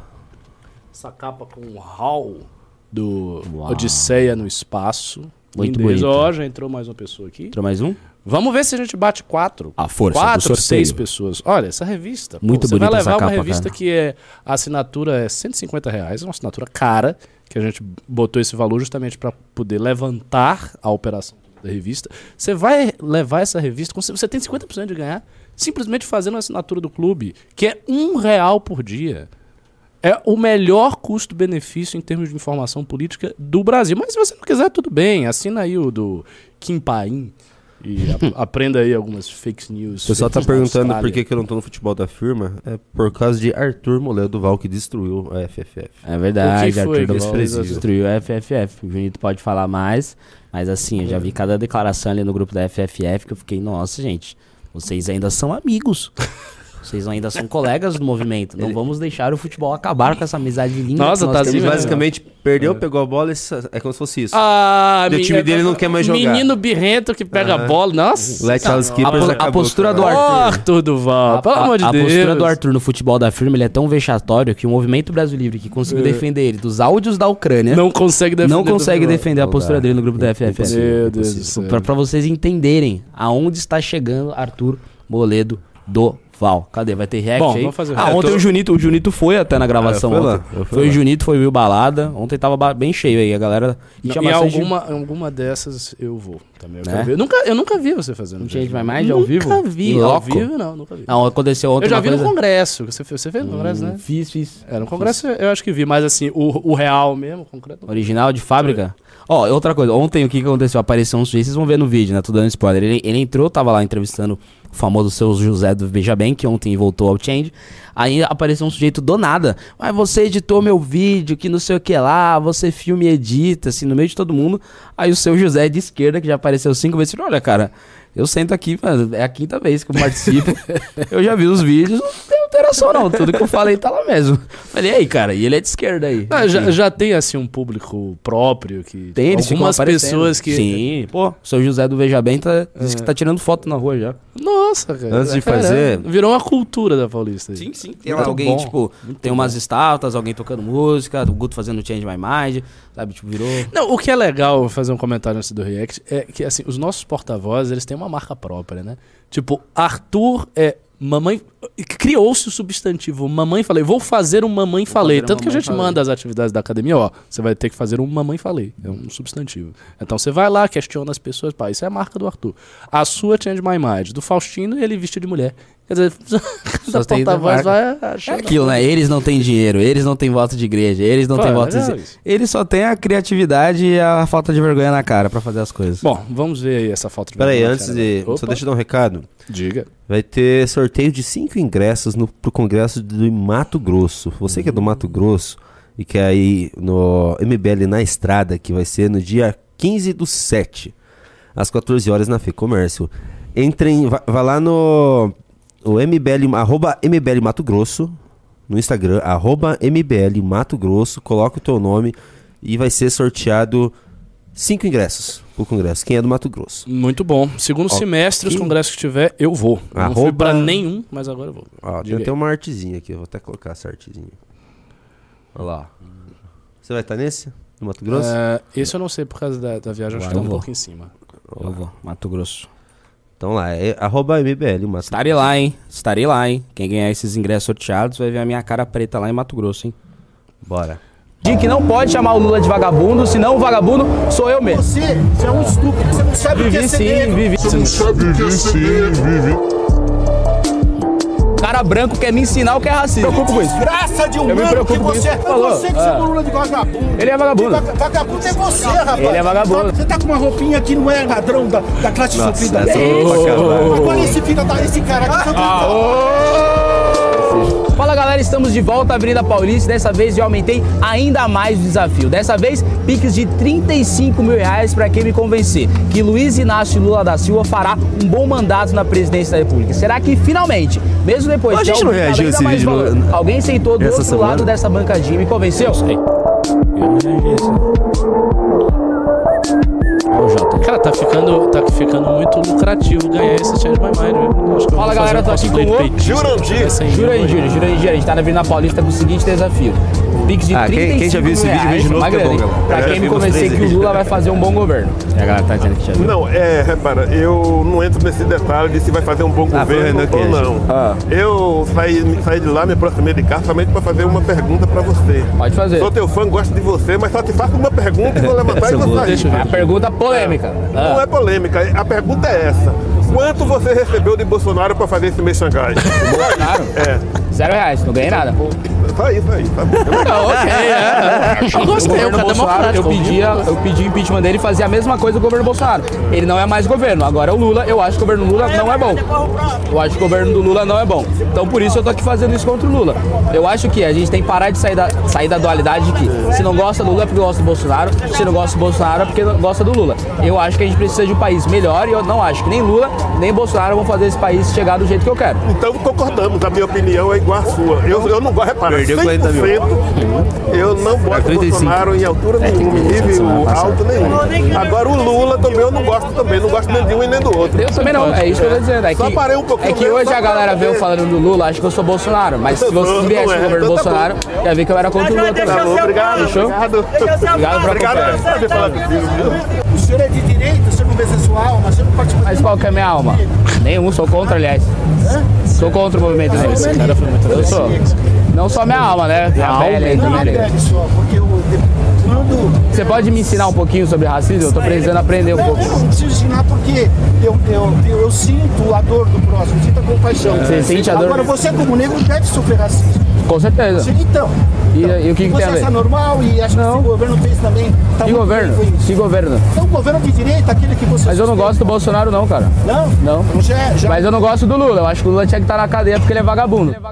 Essa capa com o hall do Uau. Odisseia no espaço. Muito Lindeza. bonito. Ó, já entrou mais uma pessoa aqui. Entrou mais um? Vamos ver se a gente bate 4. A força do 4, sorteio. 6 pessoas. Olha, essa revista. Muito você vai bonita essa levar uma capa, revista cara. que a assinatura é R$150, é uma assinatura cara, que a gente botou esse valor justamente para poder levantar a operação da revista. Você vai levar essa revista, você tem 50% de ganhar, simplesmente fazendo a assinatura do clube, que é R$1 por dia. É o melhor custo-benefício em termos de informação política do Brasil. Mas se você não quiser, tudo bem. Assina aí o do Kim Paim e aprenda aí algumas fake news. O pessoal tá fake news perguntando na por Austrália. que eu não tô no futebol da firma. É por causa de Arthur Moledo Duval, que destruiu a FFF. É verdade, O que foi Arthur que Duval desprezível? destruiu a FFF. O Junito pode falar mais, mas assim, eu já vi cada declaração ali no grupo da FFF que eu fiquei, nossa, gente, vocês ainda são amigos. Vocês ainda são colegas do movimento. Não vamos deixar o futebol acabar com essa amizade linda. Nossa, que tá nós assim Ele temos. mesmo. basicamente perdeu, pegou a bola, é como se fosse isso. Ah, O time dele não quer mais jogar. Menino birrento que pega a bola. Nossa. Let Charles Keepers a postura do Ó, Arthur. Arthur Duval, pelo amor de A Deus. postura do Arthur no futebol da firma ele é tão vexatório que o Movimento Brasil Livre, que conseguiu defender ele dos áudios da Ucrânia, Não consegue defender. não consegue Duval. defender a Não postura dá. dele no grupo da FFF. Meu Deus do céu. Pra vocês entenderem aonde está chegando Arthur Moledo Duval. Cadê? Vai ter react Bom, aí? vamos fazer o Ah, react. ontem o Junito foi até na gravação. eu fui lá, ontem. eu fui Foi lá. o Junito, foi o Balada. Ontem tava bem cheio aí, a galera. Não, tinha em bastante alguma dessas eu vou também. Eu Né? quero ver. Eu nunca vi você fazendo. Não Change My Mind ao vivo? Nunca vi. Em Ao loco? vivo, nunca vi. Não, aconteceu ontem Eu já uma vi no coisa- congresso. Você fez no congresso, né? Fiz. No congresso eu acho que vi, mas assim, o real mesmo, o concreto. não. Original de fábrica? Ó, outra coisa, ontem o que aconteceu? Apareceu um sujeito, vocês vão ver no vídeo, né? Tô dando spoiler. Ele entrou, tava lá entrevistando o famoso seu José do Veja Bem, que ontem voltou ao Change. Aí apareceu um sujeito do nada. Mas você editou meu vídeo, que não sei o que lá, você filme e edita, assim, no meio de todo mundo. Aí o seu José de esquerda, que já apareceu 5 vezes, falou, olha, cara, eu sento aqui, mano, é a 5ª vez que eu participo. Eu já vi os vídeos, não tenho alteração, não. Tudo que eu falei tá lá mesmo. Falei, e aí, cara, e ele é de esquerda aí. Já tem, assim, um público próprio que... Tem, eles ficam algumas aparecendo. pessoas que... Sim, pô, o seu José do Veja Bem disse que tá tirando foto na rua já. Nossa, cara. Antes de fazer- Virou uma cultura da Paulista. Aí. Sim. Tem Muito alguém, bom. tipo, tem umas estátuas, alguém tocando música, o Guto fazendo Change My Mind, sabe, tipo, virou... Não, o que é legal, vou fazer um comentário antes do React, é que, assim, os nossos porta-vozes, eles têm uma marca própria, né? Tipo, Arthur é mamãe... Criou-se o substantivo mamãe falei. Vou fazer um mamãe falei. Tanto que a gente manda as atividades da academia, ó, você vai ter que fazer um mamãe falei. É um substantivo. Então você vai lá, questiona as pessoas, pá, isso é a marca do Arthur. A sua Change My Mind. Do Faustino, ele viste de mulher. Quer dizer, cada tem porta-voz marca. vai achar. É aquilo, né? Eles não têm dinheiro, eles não têm voto de igreja, eles não têm voto legal de... isso. Eles só têm a criatividade e a falta de vergonha na cara pra fazer as coisas. Bom, vamos ver aí essa falta de Peraí, vergonha, antes cara. de... Opa, Só deixa eu dar um recado. diga. Vai ter sorteio de 5 ingressos pro Congresso do Mato Grosso. Você que é do Mato Grosso e quer ir no MBL na Estrada, que vai ser no dia 15/7, às 14 horas na FEComércio. Entrem, vai lá no MBL, @MBL Mato Grosso, no Instagram, @MBL Mato Grosso, coloca o teu nome e vai ser sorteado 5 ingressos pro Congresso. Quem é do Mato Grosso? Muito bom. Segundo semestre, os congressos que tiver, eu vou. Não fui pra nenhum, mas agora eu vou. Ó, Diga tem até aí. uma artezinha aqui, eu vou até colocar essa artezinha. Olha lá. Você vai estar nesse? Do Mato Grosso? Esse eu não sei por causa da viagem, acho que tá Eu um vou. pouco em cima. Eu vou, Mato Grosso. Então lá, é @MBL Mato Estarei lá, hein? Estarei lá, hein? Quem ganhar esses ingressos sorteados vai ver a minha cara preta lá em Mato Grosso, hein? Bora. De que não pode chamar o Lula de vagabundo, senão o vagabundo sou eu mesmo. Você é um estúpido, você não sabe o que é Vivi ser sim, negro. vivi. Cara branco quer me ensinar o que é racismo. Me preocupo com isso. Graça de Eu me humano que preocupo com você isso. é. Falou. Você que chama o Lula de vagabundo. Ele é vagabundo. Vagabundo é você, rapaz. Ele é vagabundo. Você tá com uma roupinha que não é ladrão da classe sofrida. essa É roupa, isso. cara. Agora esse cara aqui... Fala galera, estamos de volta à Avenida Paulista. Dessa vez eu aumentei ainda mais o desafio. Dessa vez, piques de R$35 mil para quem me convencer que Luiz Inácio Lula da Silva fará um bom mandato na presidência da República. Será que finalmente, mesmo depois A de gente não aumentado reagiu ainda esse mais vídeo valor, no- alguém sentou do essa outro semana? lado dessa bancadinha e me convenceu? Eu não reagi Cara, tá ficando muito lucrativo ganhar esse Change My Mind. Viu? Acho que eu Fala, vou fazer galera, um tô aqui cosplay com o de peitinho. Jurandir. Jura aí, Júlio. A gente tá na Avenida Paulista com o seguinte desafio. Pix de quem já viu esse vídeo, veja de novo, uma que é bom, grana, galera. pra quem me vi uns convencer 3 que o vídeos. Lula vai fazer um bom governo. E a galera tá dizendo que já viu. Não, repara, eu não entro nesse detalhe de se vai fazer um bom foi o governo Renan ou Queijo. não. Eu saí de lá, me aproximei de cá somente para fazer uma pergunta para você. Pode fazer. Sou teu fã, gosto de você, mas só te faço uma pergunta e vou levantar e vou sair. Deixa eu É ver. a pergunta polêmica. Não é polêmica, a pergunta é essa. Quanto você recebeu de Bolsonaro para fazer esse mês Xangai? Bolsonaro? R$0, não ganhei nada. Só isso aí, tá bom. Eu gostei, o cara Bolsonaro, eu democrático. pedi o impeachment dele e fazia a mesma coisa do governo Bolsonaro. Ele não é mais governo. Agora o Lula, eu acho que o governo Lula não é bom. Eu acho que o governo do Lula não é bom. Então por isso eu tô aqui fazendo isso contra o Lula. Eu acho que a gente tem que parar de sair da dualidade de que se não gosta do Lula é porque gosta do Bolsonaro, se não gosta do Bolsonaro é porque não gosta do Lula. Eu acho que a gente precisa de um país melhor e eu não acho que nem Lula, nem Bolsonaro vão fazer esse país chegar do jeito que eu quero. Então concordamos, a minha opinião é igual à sua. Eu não gosto, repara, Perdeu 100%, 40 mil. eu não gosto do 35. Bolsonaro em altura nenhuma, em nível alto nenhum. Agora o Lula também eu não gosto também, não gosto nem de um e nem do outro. Eu também não, é isso que eu tô dizendo. É Só que, parei um pouquinho é que mesmo, hoje só a pra galera vê eu poder- falando do Lula, acha que eu sou Bolsonaro. Mas se você Não, viesse não no é. governo Então tá Bolsonaro, ia ver que eu era contra o Lula também. Tá bom, obrigado, Fechou? obrigado. Obrigado por Obrigado acompanhar. por saber falar comigo, viu? O senhor é de direita, você não vê a sua alma, você não participa Mas qual que é a minha alma? Nenhum, sou contra, aliás. Sou contra o movimento negro. Esse cara foi muito Eu sou. Não só minha alma, né? Minha pele aí Não, também é negra. pele só, porque quando... Você pode me ensinar um pouquinho sobre racismo? Eu tô precisando aprender um pouco. Eu não preciso ensinar porque eu sinto a dor do próximo, sinto a compaixão. Você sente a dor? Agora, você como negro deve sofrer racismo. Com certeza. Então. E o que tem a Você ver? acha normal e acha que esse governo fez também. Tá Que muito governo? bem com isso. Que governo? Então, o governo de direita, aquele que você. Mas eu não gosto do Bolsonaro, não, cara. Não? Não. Então já. Mas eu não gosto do Lula. Eu acho que o Lula tinha que estar na cadeia porque ele é vagabundo. Hoje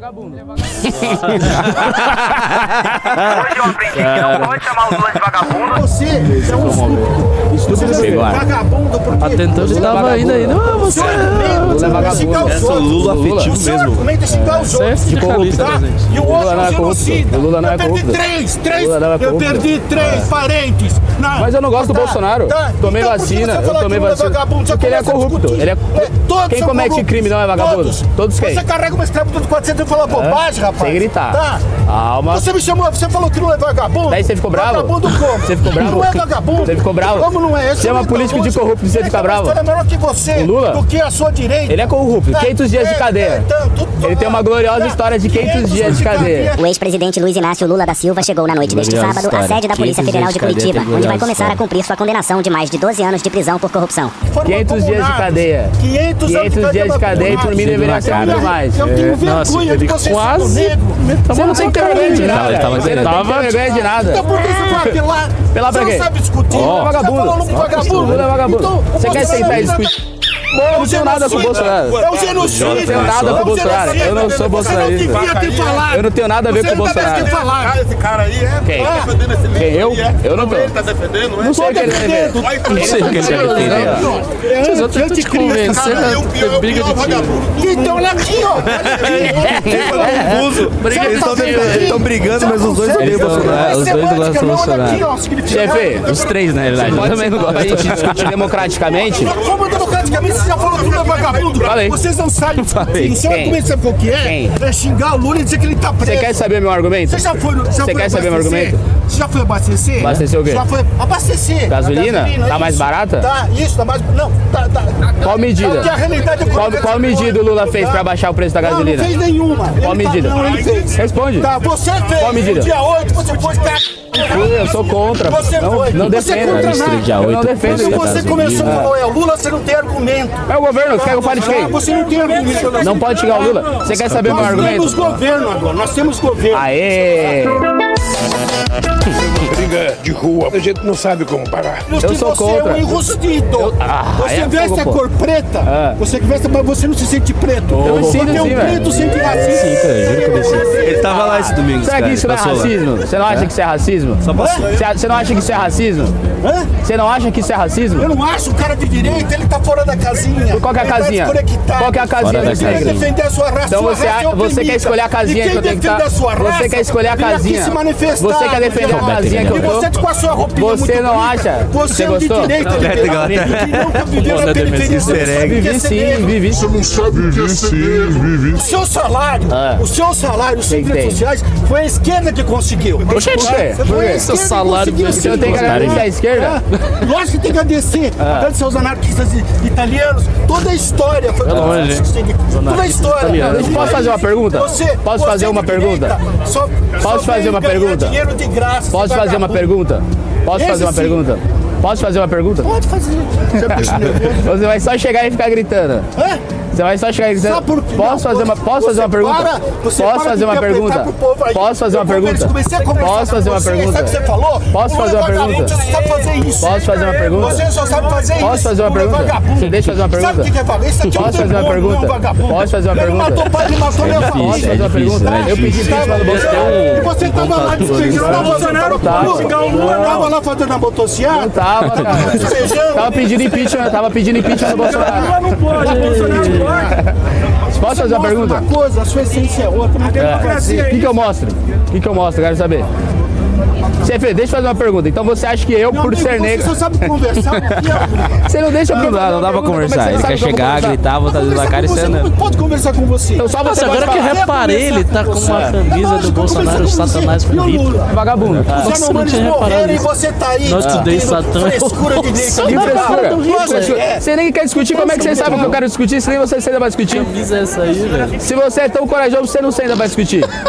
eu aprendi que não pode chamar o Lula de vagabundo. Você é um Estúpido você é pegou. vagabundo porque. Tá tentando, Lula é tava vagabundo. ainda aí. Não, você Lula é vagabundo. Essa Lula afetivo O seu mesmo. argumento é xingar os Você é outros. sindicalista, Tá? né, gente? E o Lula outro não é corrupto. genocida. O Lula não é Eu perdi corrupto. três. Lula não é Eu corrupto. perdi três parentes. Mas eu não gosto do Bolsonaro. Tomei Então, por que vacina, você eu fala tomei que o Lula é vacina. vagabundo? Você Porque ele é começa a corrupto. discutir. Ele é... Todos Quem são comete corruptos. crime não é vagabundo? Todos quem? Você carrega uma escrava dos 400 e fala bobagem, rapaz. Sem gritar. Tá. Calma. Você me chamou, você falou que não é vagabundo. Daí você ficou bravo? Vagabundo como? Você ficou bravo? Não é vagabundo. Você ficou bravo? Como não é? Esse Chama é um político de hoje. corrupto e você Ele fica tem uma bravo? história melhor que você. O Lula? Do que a sua direita. Ele é corrupto. Tá. 500 dias de cadeia. Ele tem uma gloriosa história de 500 dias de cadeia. O ex-presidente Luiz Inácio Lula da Silva chegou na noite deste Gloriosa sábado à história. sede da Polícia 500 Federal de dias de cadeia Curitiba, tem onde vai gloriosa começar a história. cumprir sua condenação de mais de 12 anos de prisão por corrupção. Foram 500 dias de mancomunados. cadeia. 500 dias de cadeia e por mim deveria ser muito mais. Eu tenho Nossa, vergonha de ele você quase- ser negro. Você não tem que ter vergonha de nada. Ele tava Você não tem que ter vergonha de nada. Então por que você vai apelar? Apelar pra Você quê? não sabe discutir. Lula é Você vagabundo. tá falando com vagabundo. Lula é vagabundo. Então, Você quer sentar e discutir? Eu não tenho nada com o Bolsonaro. É um genocida. Eu não tenho nada com o Bolsonaro. Eu não sou bolsonarista. Você não devia ter falado. Eu não tenho nada a ver Você com o não devia ter Bolsonaro. falado. Esse cara aí é. Quem? Tá defendendo esse livro. Quem? Eu? aí, é? Eu não tô. Ele tá defendendo, Não sei o que ele vai ver. defendendo. Não sei o que ele quer defender. Vocês vão tentar te convencer Cara, é o da pior briga de tiro. vagabundo do Então olha aqui, ó. Confuso. Eles estão brigando, mas os dois odeiam o Bolsonaro. Os dois não gostam do Bolsonaro. Chefe, Os três, na realidade. Eu também não pra gosto. gente discutir democraticamente. Como democraticamente você já falou que Lula é vagabundo? Falei. Vocês não sabem. O seu Quem? argumento sabe qual que é? Quem? É xingar o Lula e dizer que ele tá preso. Você quer saber meu argumento? Você já foi no. Você quer saber meu abastecer? argumento? Você já foi abastecer? Abastecer o quê? Já foi abastecer. Gasolina? A Tá mais isso. barata? Tá, isso, tá mais. Não, tá. Qual medida? É o que a realidade Qual medida o Lula fez pra baixar o preço da gasolina? Não fez nenhuma. Qual Ele medida? Não, ele fez. Responde. Tá, você fez. Qual medida? No dia 8, você foi. Eu sou contra. Você foi. Não Você é defendo. contra Ministro nada. dia Eu não 8. defendo Quando isso. você começou a falar, é o Lula, você não tem argumento. É o governo, quer que eu fale de quem? Você não tem argumento. Não pode xingar o Lula. Você quer saber meu Nós temos argumento? governo agora, nós temos governo. Aê! briga de rua, a gente não sabe como parar. Eu sou você contra. é um enrustido. aí Você é veste fogo, a pô. cor preta, você que veste, mas você não se sente preto. Eu me sinto Porque sim, um velho. preto sente racismo. Ele tava lá esse domingo. Será que isso não é racismo? Você não acha que isso é racismo? Você não acha que isso é racismo? Hã? Você não acha que isso é racismo? Eu não acho o cara de direita, ele tá fora da casinha. Qual que é a Ele tá casinha? desconectado. Qual que é a casinha Fora da desse Ele quer negro? defender a sua raça. Então Sua você, raça é você quer oprimida. escolher a casinha E que eu quem tenho que defende estar. a sua raça, Você quer escolher a vem aqui casinha. se manifestar. Você quer defender a casinha que eu E tô. você com a sua roupinha Você muito não bonita, acha? Você Você é um de gostou? direita, Não, liberal, legal. que nunca viveu na periferia. easter egg. Vivi sim, vivi. O seu salário, o seu serviços tem. sociais, foi a esquerda que conseguiu. Oxe, por quê? Por Foi a quê? esquerda Seu salário que conseguiu. desse Eu tenho que agradecer à esquerda? Lógico que tem que agradecer. Agradecer aos anarquistas italianos. Toda a história foi longe. Toda a história. Não, posso fazer uma pergunta? Posso fazer uma pergunta? Posso fazer uma pergunta? Dinheiro de graça. Posso fazer uma pergunta? Posso Esse fazer uma sim. pergunta? Posso fazer uma pergunta? Pode fazer. Você bicho nervoso. Você vai só chegar e ficar gritando. Hã? Você vai só chegar e gritando. Sabe por quê? Posso fazer uma pergunta? Posso fazer uma pergunta? Posso fazer uma pergunta? Posso fazer uma pergunta? Sabe o que você falou? Posso fazer uma pergunta? Você só sabe fazer isso. Posso fazer uma pergunta? Você só sabe fazer isso. Posso fazer uma Lula é pergunta? vagabundo. Você deixa eu fazer uma Sabe o pergunta? que é vagabundo? Esse aqui é um Posso fazer uma demônio, não é um pergunta? vagabundo. Posso fazer uma Ele pergunta? matou o pai, ele matou minha família. Posso fazer uma difícil, pergunta? né? Eu pedi impeachment do Bolsonaro. E você tava lá despejando o Bolsonaro. Tava lá fazendo a motociata. Tava, cara. Despejando. Tava pedindo impeachment do Bolsonaro. Não pode, Bolsonaro pode. Posso fazer uma pergunta? Uma coisa, a sua essência é outra. Não tem democracia. O que eu mostro? O que eu mostro? Quero saber. Chefe, deixa eu fazer uma pergunta. Então você acha que eu, Meu por amigo, ser você negro... só sabe conversar. Você não deixa eu Não dá, não dá pra conversar. Ele quer chegar, gritar, botar dedo na cara e você Não não. pode conversar com você. Então só você Nossa, agora pode que eu falar. reparei, ele tá com uma camisa do Bolsonaro, o Satanás com Hitler. Vagabundo. Os Nossa, não anões tinha reparado morreram e isso. você tá aí. Não estudei tendo Satã. Frescura de direita Que frescura. liberal. Você nem quer discutir, como é que você sabe o que eu quero discutir, se nem você senta pra discutir? Camisa é essa aí, velho. Se você é tão corajoso, você não senta pra discutir.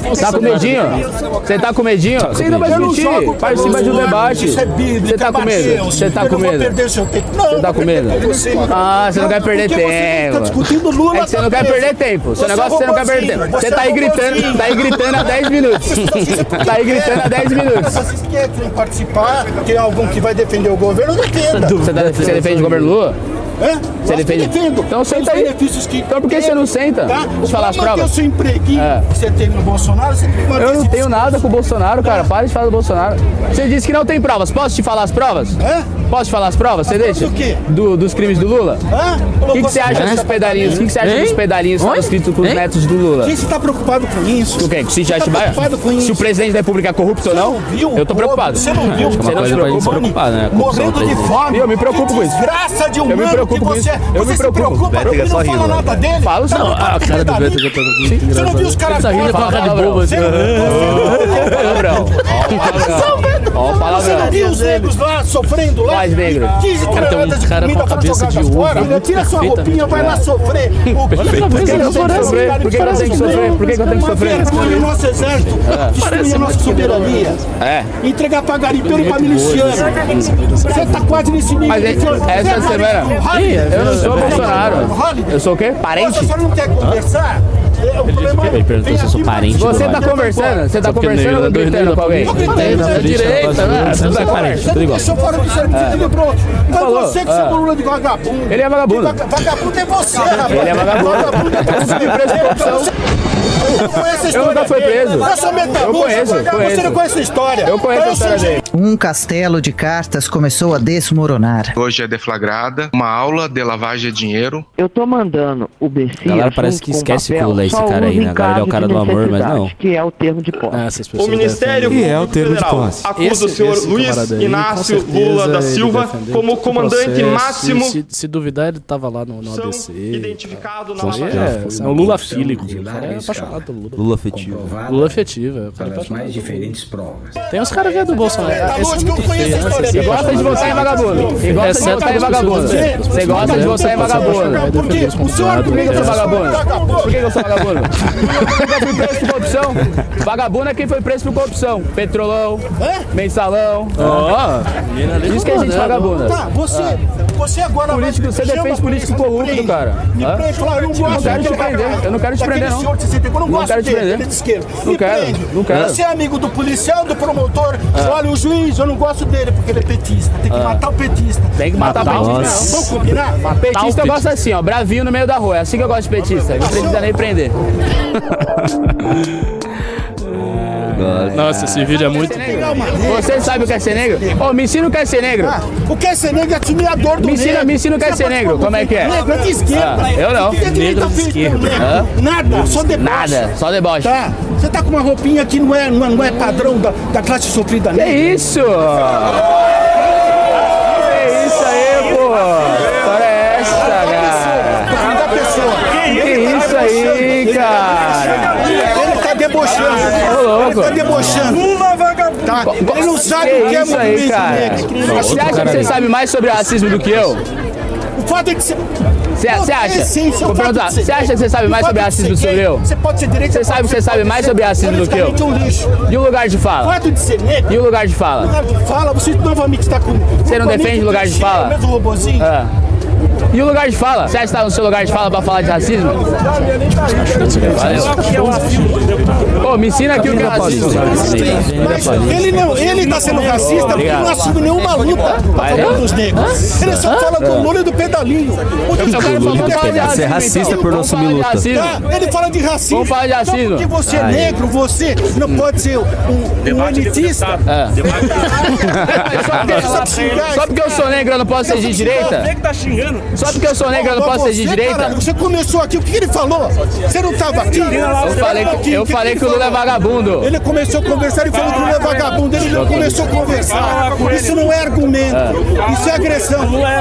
Tá com medinho? Você tá com medinho? Você ainda vai discutir. Participa de um debate. Você tá com medo? Você tá com medo? Você tá com medo? Ah, você não quer perder tempo. É que você não quer perder tempo. Seu negócio você não quer perder tempo. Você tá aí gritando há 10 minutos. Tá aí gritando há 10 minutos. Vocês querem participar? Tem algum que vai defender o governo? Defenda. Você defende o governo Lula? Você defende? Então senta aí. Então por que você não senta? Deixa eu falar as provas. O seu empreguinho que você teve no Bolsonaro, você tem que manter. Eu não tenho nada com o Bolsonaro, cara. Para de falar do Bolsonaro. Você disse que não tem provas. Posso te falar as provas? Posso te falar as provas? Você deixa? Do quê? Dos crimes do Lula? O que você acha dos pedalinhos? O que você acha dos pedalinhos que estão escritos com os netos do Lula? Quem você tá preocupado com isso? O quê? Se já Atibaia? Se o presidente da República é corrupto ou não? Eu tô preocupado. Você não viu? Você não se preocupa, né? Morrendo de fome. Eu me preocupo com isso. Desgraça de Eu me humano que preocupo com isso. você... Eu me preocupo. Beto é só Não fala nada dele. Falo sim. A cara do Beto já tá muito Você não engraçado. viu os caras Essa rindo com a cara de bobo assim. Palavrão. Ó o palavrão. Você não viu os negros lá sofrendo lá? Quais negros? 15 Cara, tem um toneladas de cara comida com a pra cabeça jogar de fora. ovo, Tira sua roupinha, vai lá sofrer. Por que eu tenho que sofrer? Por que eu tenho que sofrer? Por que eu tenho que sofrer? Destruir o nosso exército, destruir a nossa soberania. Entregar pra garimpeiro e pra miliciano. Você tá quase nesse nível. Mas essa semana... Eu não sou Bolsonaro. Eu sou o quê? Parente? Você não quer conversar? Ele perguntou se eu sou parente do Você tá Roger. conversando? Você tá conversando ou gritando com alguém? Da direita, né? Você não é parente, tudo igual. Deixou fora do serviço, ele pronto. Mas você que chama o Lula de vagabundo. Ele é vagabundo. Vagabundo é você, rapaz. Ele é vagabundo. Eu fui preso por corrupção. Eu nunca fui preso. Eu sou metalúrgico. Você não conhece a história. Eu conheço a história dele. Um castelo de cartas começou a desmoronar. Hoje é deflagrada uma aula de lavagem de dinheiro. Eu tô mandando o Bessia. A galera parece que esquece que o Lula é esse cara aí, né? Agora ele é o cara do amor, mas não. Que é o termo de posse. O Ministério Público Federal acusa o senhor Luiz Inácio Lula da Silva como comandante máximo. Se duvidar, ele tava lá no ADC. Identificado na É um Lula fílico. O cara é apaixonado pelo Lula. Lula afetivo. Lula afetivo. Pelas mais diferentes provas. Tem uns caras que é do Bolsonaro. Lógico que eu conheço a história dele. Gosta de votar em vagabundo. E gosta de votar em vagabundo. Você gosta de votar em vagabundo. Por quê? O seu Por que eu sou argumento vagabundo? Por que eu sou vagabundo? Eu fui preso por corrupção. Vagabundo é quem foi preso por corrupção. Petrolão, mensalão. Isso que a gente vagabunda. Tá, você agora político, você defende político corrupto, cara. Eu não quero te prender. Eu não quero te prender, não. Não quero te prender. Não quero. Não quero. Você é amigo do policial, do promotor. Olha, o juiz, eu não gosto dele porque ele é petista. Tem que matar o petista. Tem que matar o petista. Vamos combinar? Petista eu gosto assim, ó, bravinho no meio da rua. É assim que eu gosto de petista. Não precisa nem prender. Nossa, esse vídeo é muito... Você sabe o que é ser negro? Ô, me ensina o que é ser negro. O que é ser negro é assumir a dor do negro. Me ensina o que é ser negro. Como é que é? Negro é de esquerda. Eu não. Negro de esquerda. Nada, só deboche. Nada, só deboche. Tá. Você tá com uma roupinha que não é padrão da classe sofrida negra. Que isso? Que isso aí, pô? Olha essa, cara. Que isso aí, cara? Ele tá debochando. Ô, louco. Ele tá debochando. Tá? Ele não sabe o que é isso aí, cara? Você acha que você sabe mais sobre racismo do que eu? O fato é que você... Você acha? Vou perguntar. Você acha que você sabe mais sobre racismo do que eu? Você pode ser direito. Você sabe que você sabe mais sobre racismo do que eu? E o lugar de fala? O fato de ser negro. E o lugar de fala? O lugar de fala, você novamente está com... Você não defende o lugar de fala? O mesmo robozinho? E o lugar de fala? Você acha que está no seu lugar de fala pra falar de racismo? Pô, me ensina aqui o que é racismo. Mas ele tá sendo racista porque não assume nenhuma luta a favor dos negros. Ele só fala do Lula e do pedalinho. Você é racista por não assumir luta. Ele fala de racismo. Vamos falar de racismo. Só porque você é negro, você não pode ser um elitista. Só porque eu sou negro eu não posso ser de direita? Só porque eu sou negro eu não posso ser de direita? Cara, você começou aqui, o que ele falou? Você não estava aqui? Eu falei que o Lula é vagabundo. Ele começou a conversar e falou que o Lula é vagabundo. Ele não começou a conversar. Isso não é argumento. Isso é agressão.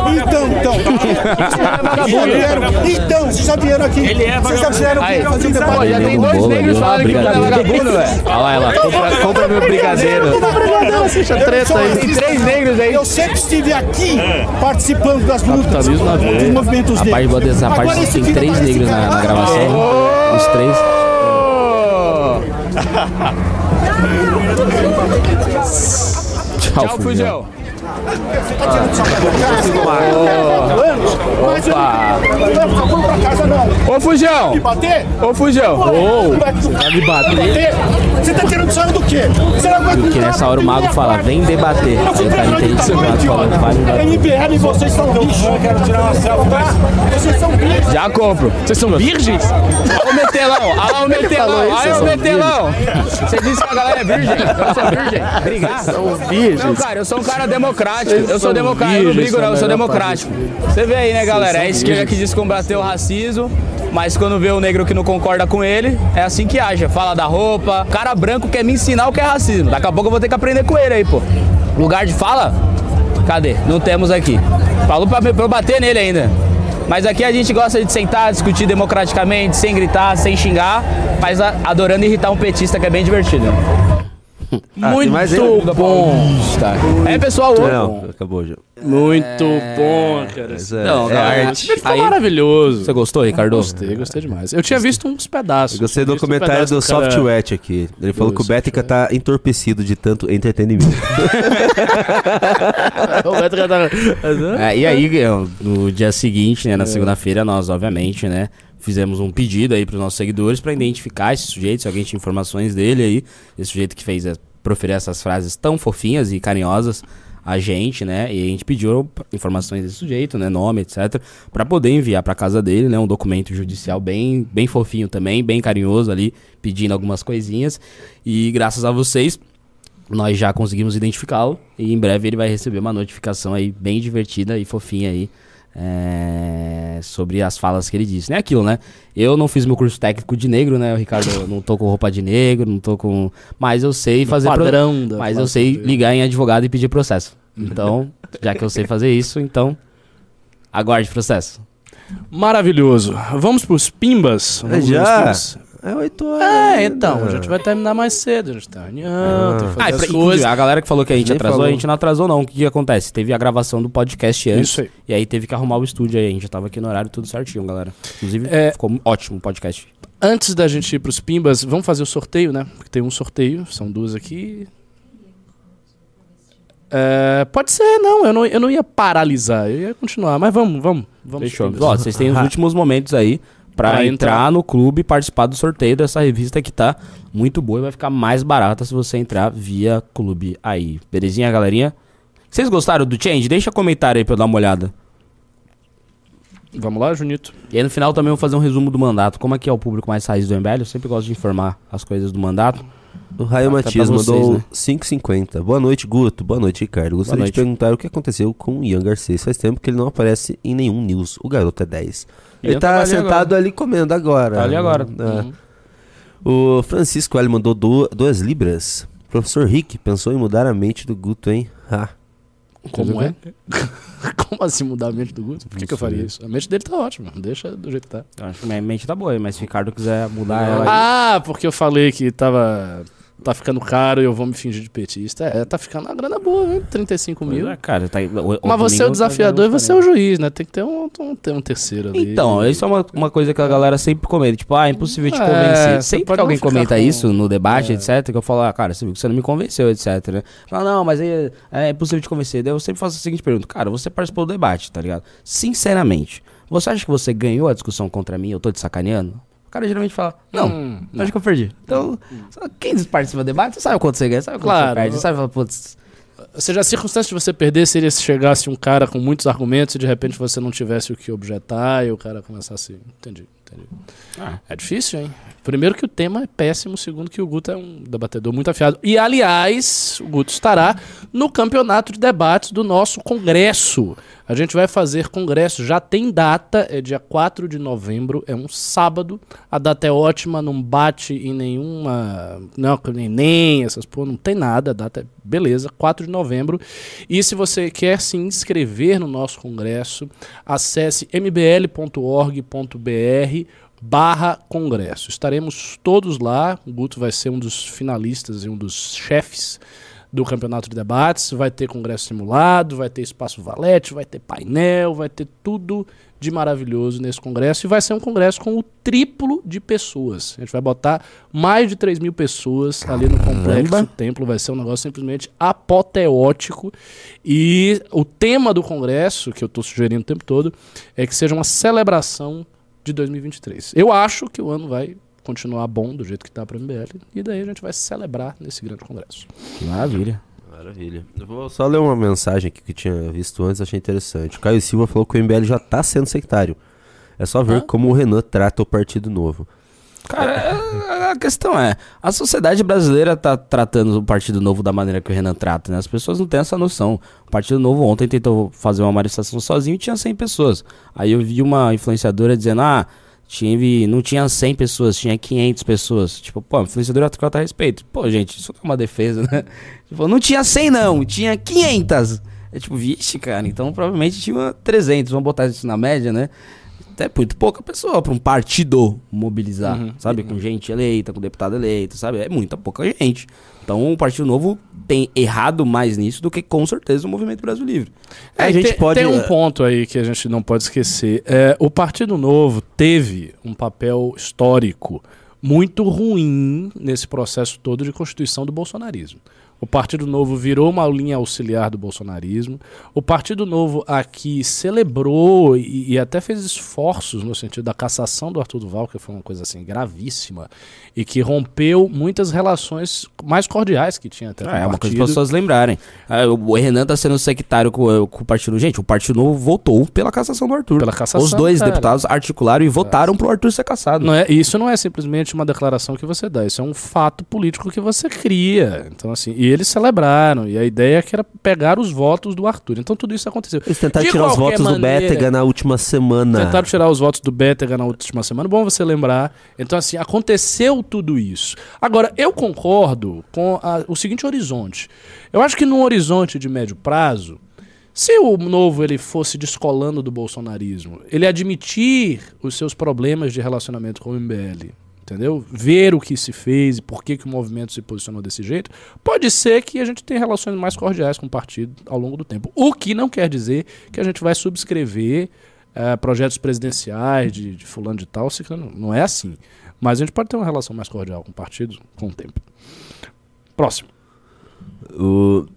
Então, vocês já vieram aqui. Vocês já vieram aqui fazer um debate. Já tem dois negros falando que o Lula é vagabundo, velho. Olha lá, compra meu brigadeiro. Tem 3 negros aí. Eu sempre estive aqui participando das lutas dos movimentos negros. Essa parte tem 3 negros na gravação. Os 3. Tchau, Fugel. Ô, Fujão! Me bater? Ô, Fujão! Você vai me bater? Você tá tirando sarro do quê? Você não vai Porque nessa hora o mago fala, vem debater. Aí o cara entende que o mago fala, vai me bater. MBL, vocês são bichos. Eu quero tirar uma selfie, mas vocês são bichos. Já compro. Vocês são virgens? Olha o metelão, olha o metelão, olha o metelão. Você disse que a galera é virgem? Eu sou virgem. Obrigado. São virgens. Não, cara, eu sou um cara democrático. Eu sou democrático, eu não brigo não, eu sou democrático. Você vê aí, né, galera? É a esquerda que diz combater o racismo, mas quando vê o negro que não concorda com ele, é assim que age. Fala da roupa. Cara branco quer me ensinar o que é racismo. Daqui a pouco eu vou ter que aprender com ele aí, pô. Lugar de fala? Cadê? Não temos aqui. Falou pra eu bater nele ainda. Mas aqui a gente gosta de sentar, discutir democraticamente, sem gritar, sem xingar, mas adorando irritar um petista que é bem divertido. Muito bom. É, pessoal, não, acabou já. Muito bom, cara. Não, ficou maravilhoso. Você gostou, Ricardo? Gostei demais. Eu tinha visto uns pedaços. Eu gostei do comentário do Softwet aqui. Ele falou que o Bética tá entorpecido de tanto entretenimento. E aí, no dia seguinte, né, na segunda-feira, nós, obviamente, né, fizemos um pedido aí pros nossos seguidores pra identificar esse sujeito, se alguém tinha informações dele aí, esse sujeito que fez proferir essas frases tão fofinhas e carinhosas a gente, né, e a gente pediu informações desse sujeito, né, nome, etc, pra poder enviar pra casa dele, né, um documento judicial bem fofinho também, bem carinhoso ali, pedindo algumas coisinhas, e graças a vocês, nós já conseguimos identificá-lo, e em breve ele vai receber uma notificação aí bem divertida e fofinha aí, sobre as falas que ele disse, né? Aquilo, né? Eu não fiz meu curso técnico de negro, né? O Ricardo, eu não tô com roupa de negro, não tô com... Mas eu sei fazer... Mas eu sei ligar em advogado e pedir processo. Então, já que eu sei fazer isso, então... Aguarde processo. Maravilhoso. Vamos pros pimbas? Já? É 8 horas. Então, a gente vai terminar mais cedo. A gente tá reunião, tem que fazer as coisas. A galera que falou que a gente atrasou, a gente não atrasou não. O que acontece? Teve a gravação do podcast antes. Isso aí. E aí teve que arrumar o estúdio aí. A gente já tava aqui no horário tudo certinho, galera. Inclusive, ficou ótimo o podcast. Antes da gente ir pros pimbas, vamos fazer o sorteio, né? Porque tem um sorteio, são duas aqui. Pode ser, não. Eu não ia paralisar, eu ia continuar. Mas vamos. Fechou. Ó, vocês têm os últimos momentos aí pra entrar no clube e participar do sorteio dessa revista que tá muito boa e vai ficar mais barata se você entrar via clube aí. Belezinha, galerinha? Vocês gostaram do Change? Deixa comentário aí pra eu dar uma olhada. Vamos lá, Junito. E aí no final também eu vou fazer um resumo do mandato. Como é que é o público mais raiz do MBL? Eu sempre gosto de informar as coisas do mandato. O Raio Matias mandou 5,50. Boa noite, Guto. Boa noite, Ricardo. Gostaria de perguntar o que aconteceu com o Ian Garcês. Faz tempo que ele não aparece em nenhum news. O garoto é 10. Ele tá sentado ali comendo agora. Tá ali agora. O Francisco ele mandou 2 libras. Professor Rick pensou em mudar a mente do Guto, hein? Como é? Como assim mudar a mente do Guto? Por que eu faria isso? A mente dele tá ótima. Deixa do jeito que tá. Eu acho que minha mente tá boa, mas se o Ricardo quiser mudar ela... Porque eu falei que tá ficando caro e eu vou me fingir de petista. Tá ficando uma grana boa, né? 35 mil. Cara, mas você é o desafiador e você é o juiz, né? Tem que ter um terceiro ali. Então, isso é uma coisa que a galera sempre comenta. Tipo, é impossível te convencer. Sempre que alguém comenta isso no debate, etc., que eu falo, cara, você viu que você não me convenceu, etc., né? Fala, não, mas é impossível te convencer. Daí eu sempre faço a seguinte pergunta. Cara, você participou do debate, tá ligado? Sinceramente, você acha que você ganhou a discussão contra mim? Eu tô te sacaneando? O cara geralmente fala, não, acho que eu perdi. Então, quem participa do debate, sabe o quanto você ganha, sabe o quanto você perde, sabe, putz... Ou seja, a circunstância de você perder seria se chegasse um cara com muitos argumentos e de repente você não tivesse o que objetar e o cara começasse... Entendi. É difícil, hein? Primeiro que o tema é péssimo, segundo que o Guto é um debatedor muito afiado. E, aliás, o Guto estará no campeonato de debates do nosso congresso. A gente vai fazer congresso, já tem data, é dia 4 de novembro, é um sábado. A data é ótima, não bate em nenhuma... Não, nem essas porra, não tem nada, a data é beleza, 4 de novembro. E se você quer se inscrever no nosso congresso, acesse mbl.org.br/congresso. Estaremos todos lá, o Guto vai ser um dos finalistas e um dos chefes do campeonato de debates, vai ter congresso simulado, vai ter espaço valete, vai ter painel, vai ter tudo de maravilhoso nesse congresso, e vai ser um congresso com o triplo de pessoas. A gente vai botar mais de 3.000 pessoas ali no complexo do templo, vai ser um negócio simplesmente apoteótico, e o tema do congresso, que eu estou sugerindo o tempo todo, é que seja uma celebração de 2023. Eu acho que o ano vai continuar bom do jeito que está para o MBL, e daí a gente vai celebrar nesse grande congresso. Que maravilha. Maravilha. Eu vou só ler uma mensagem aqui que eu tinha visto antes, achei interessante. O Caio Silva falou que o MBL já está sendo sectário. É só ver como o Renan trata o Partido Novo. Cara, a questão é, a sociedade brasileira tá tratando o Partido Novo da maneira que o Renan trata, né? As pessoas não têm essa noção. O Partido Novo ontem tentou fazer uma manifestação sozinho e tinha 100 pessoas. Aí eu vi uma influenciadora dizendo, não tinha 100 pessoas, tinha 500 pessoas. Tipo, pô, a influenciadora trata a respeito. Pô, gente, isso não é uma defesa, né? Tipo, não tinha 100 não, tinha 500. É tipo, vixe, cara, então provavelmente tinha 300. Vamos botar isso na média, né? É muito pouca pessoa para um partido mobilizar, sabe? Com gente eleita, com deputado eleito, sabe? É muita pouca gente. Então o Partido Novo tem errado mais nisso do que, com certeza, o Movimento Brasil Livre. A gente tem um ponto aí que a gente não pode esquecer. O Partido Novo teve um papel histórico muito ruim nesse processo todo de constituição do bolsonarismo. O Partido Novo virou uma linha auxiliar do bolsonarismo. O Partido Novo aqui celebrou e até fez esforços no sentido da cassação do Arthur Duval, que foi uma coisa assim gravíssima, e que rompeu muitas relações mais cordiais que tinha até com o partido. É uma coisa para as pessoas lembrarem. O Renan está sendo sectário com o Partido. Gente, o Partido Novo votou pela cassação do Arthur. Pela cassação, os dois deputados articularam e votaram para o Arthur ser cassado. Isso não é simplesmente uma declaração que você dá, isso é um fato político que você cria. Então, assim, e eles celebraram, e a ideia que era pegar os votos do Arthur. Então tudo isso aconteceu. Eles tentaram tirar os votos do Bétega na última semana. Tentaram tirar os votos do Bétega na última semana. Bom você lembrar. Então, assim, aconteceu tudo isso. Agora, eu concordo com o seguinte horizonte. Eu acho que num horizonte de médio prazo, se o Novo ele fosse descolando do bolsonarismo, ele admitir os seus problemas de relacionamento com o MBL, entendeu? Ver o que se fez e por que o movimento se posicionou desse jeito, pode ser que a gente tenha relações mais cordiais com o partido ao longo do tempo. O que não quer dizer que a gente vai subscrever projetos presidenciais de fulano de tal, não é assim. Mas a gente pode ter uma relação mais cordial com o partido com o tempo. Próximo. O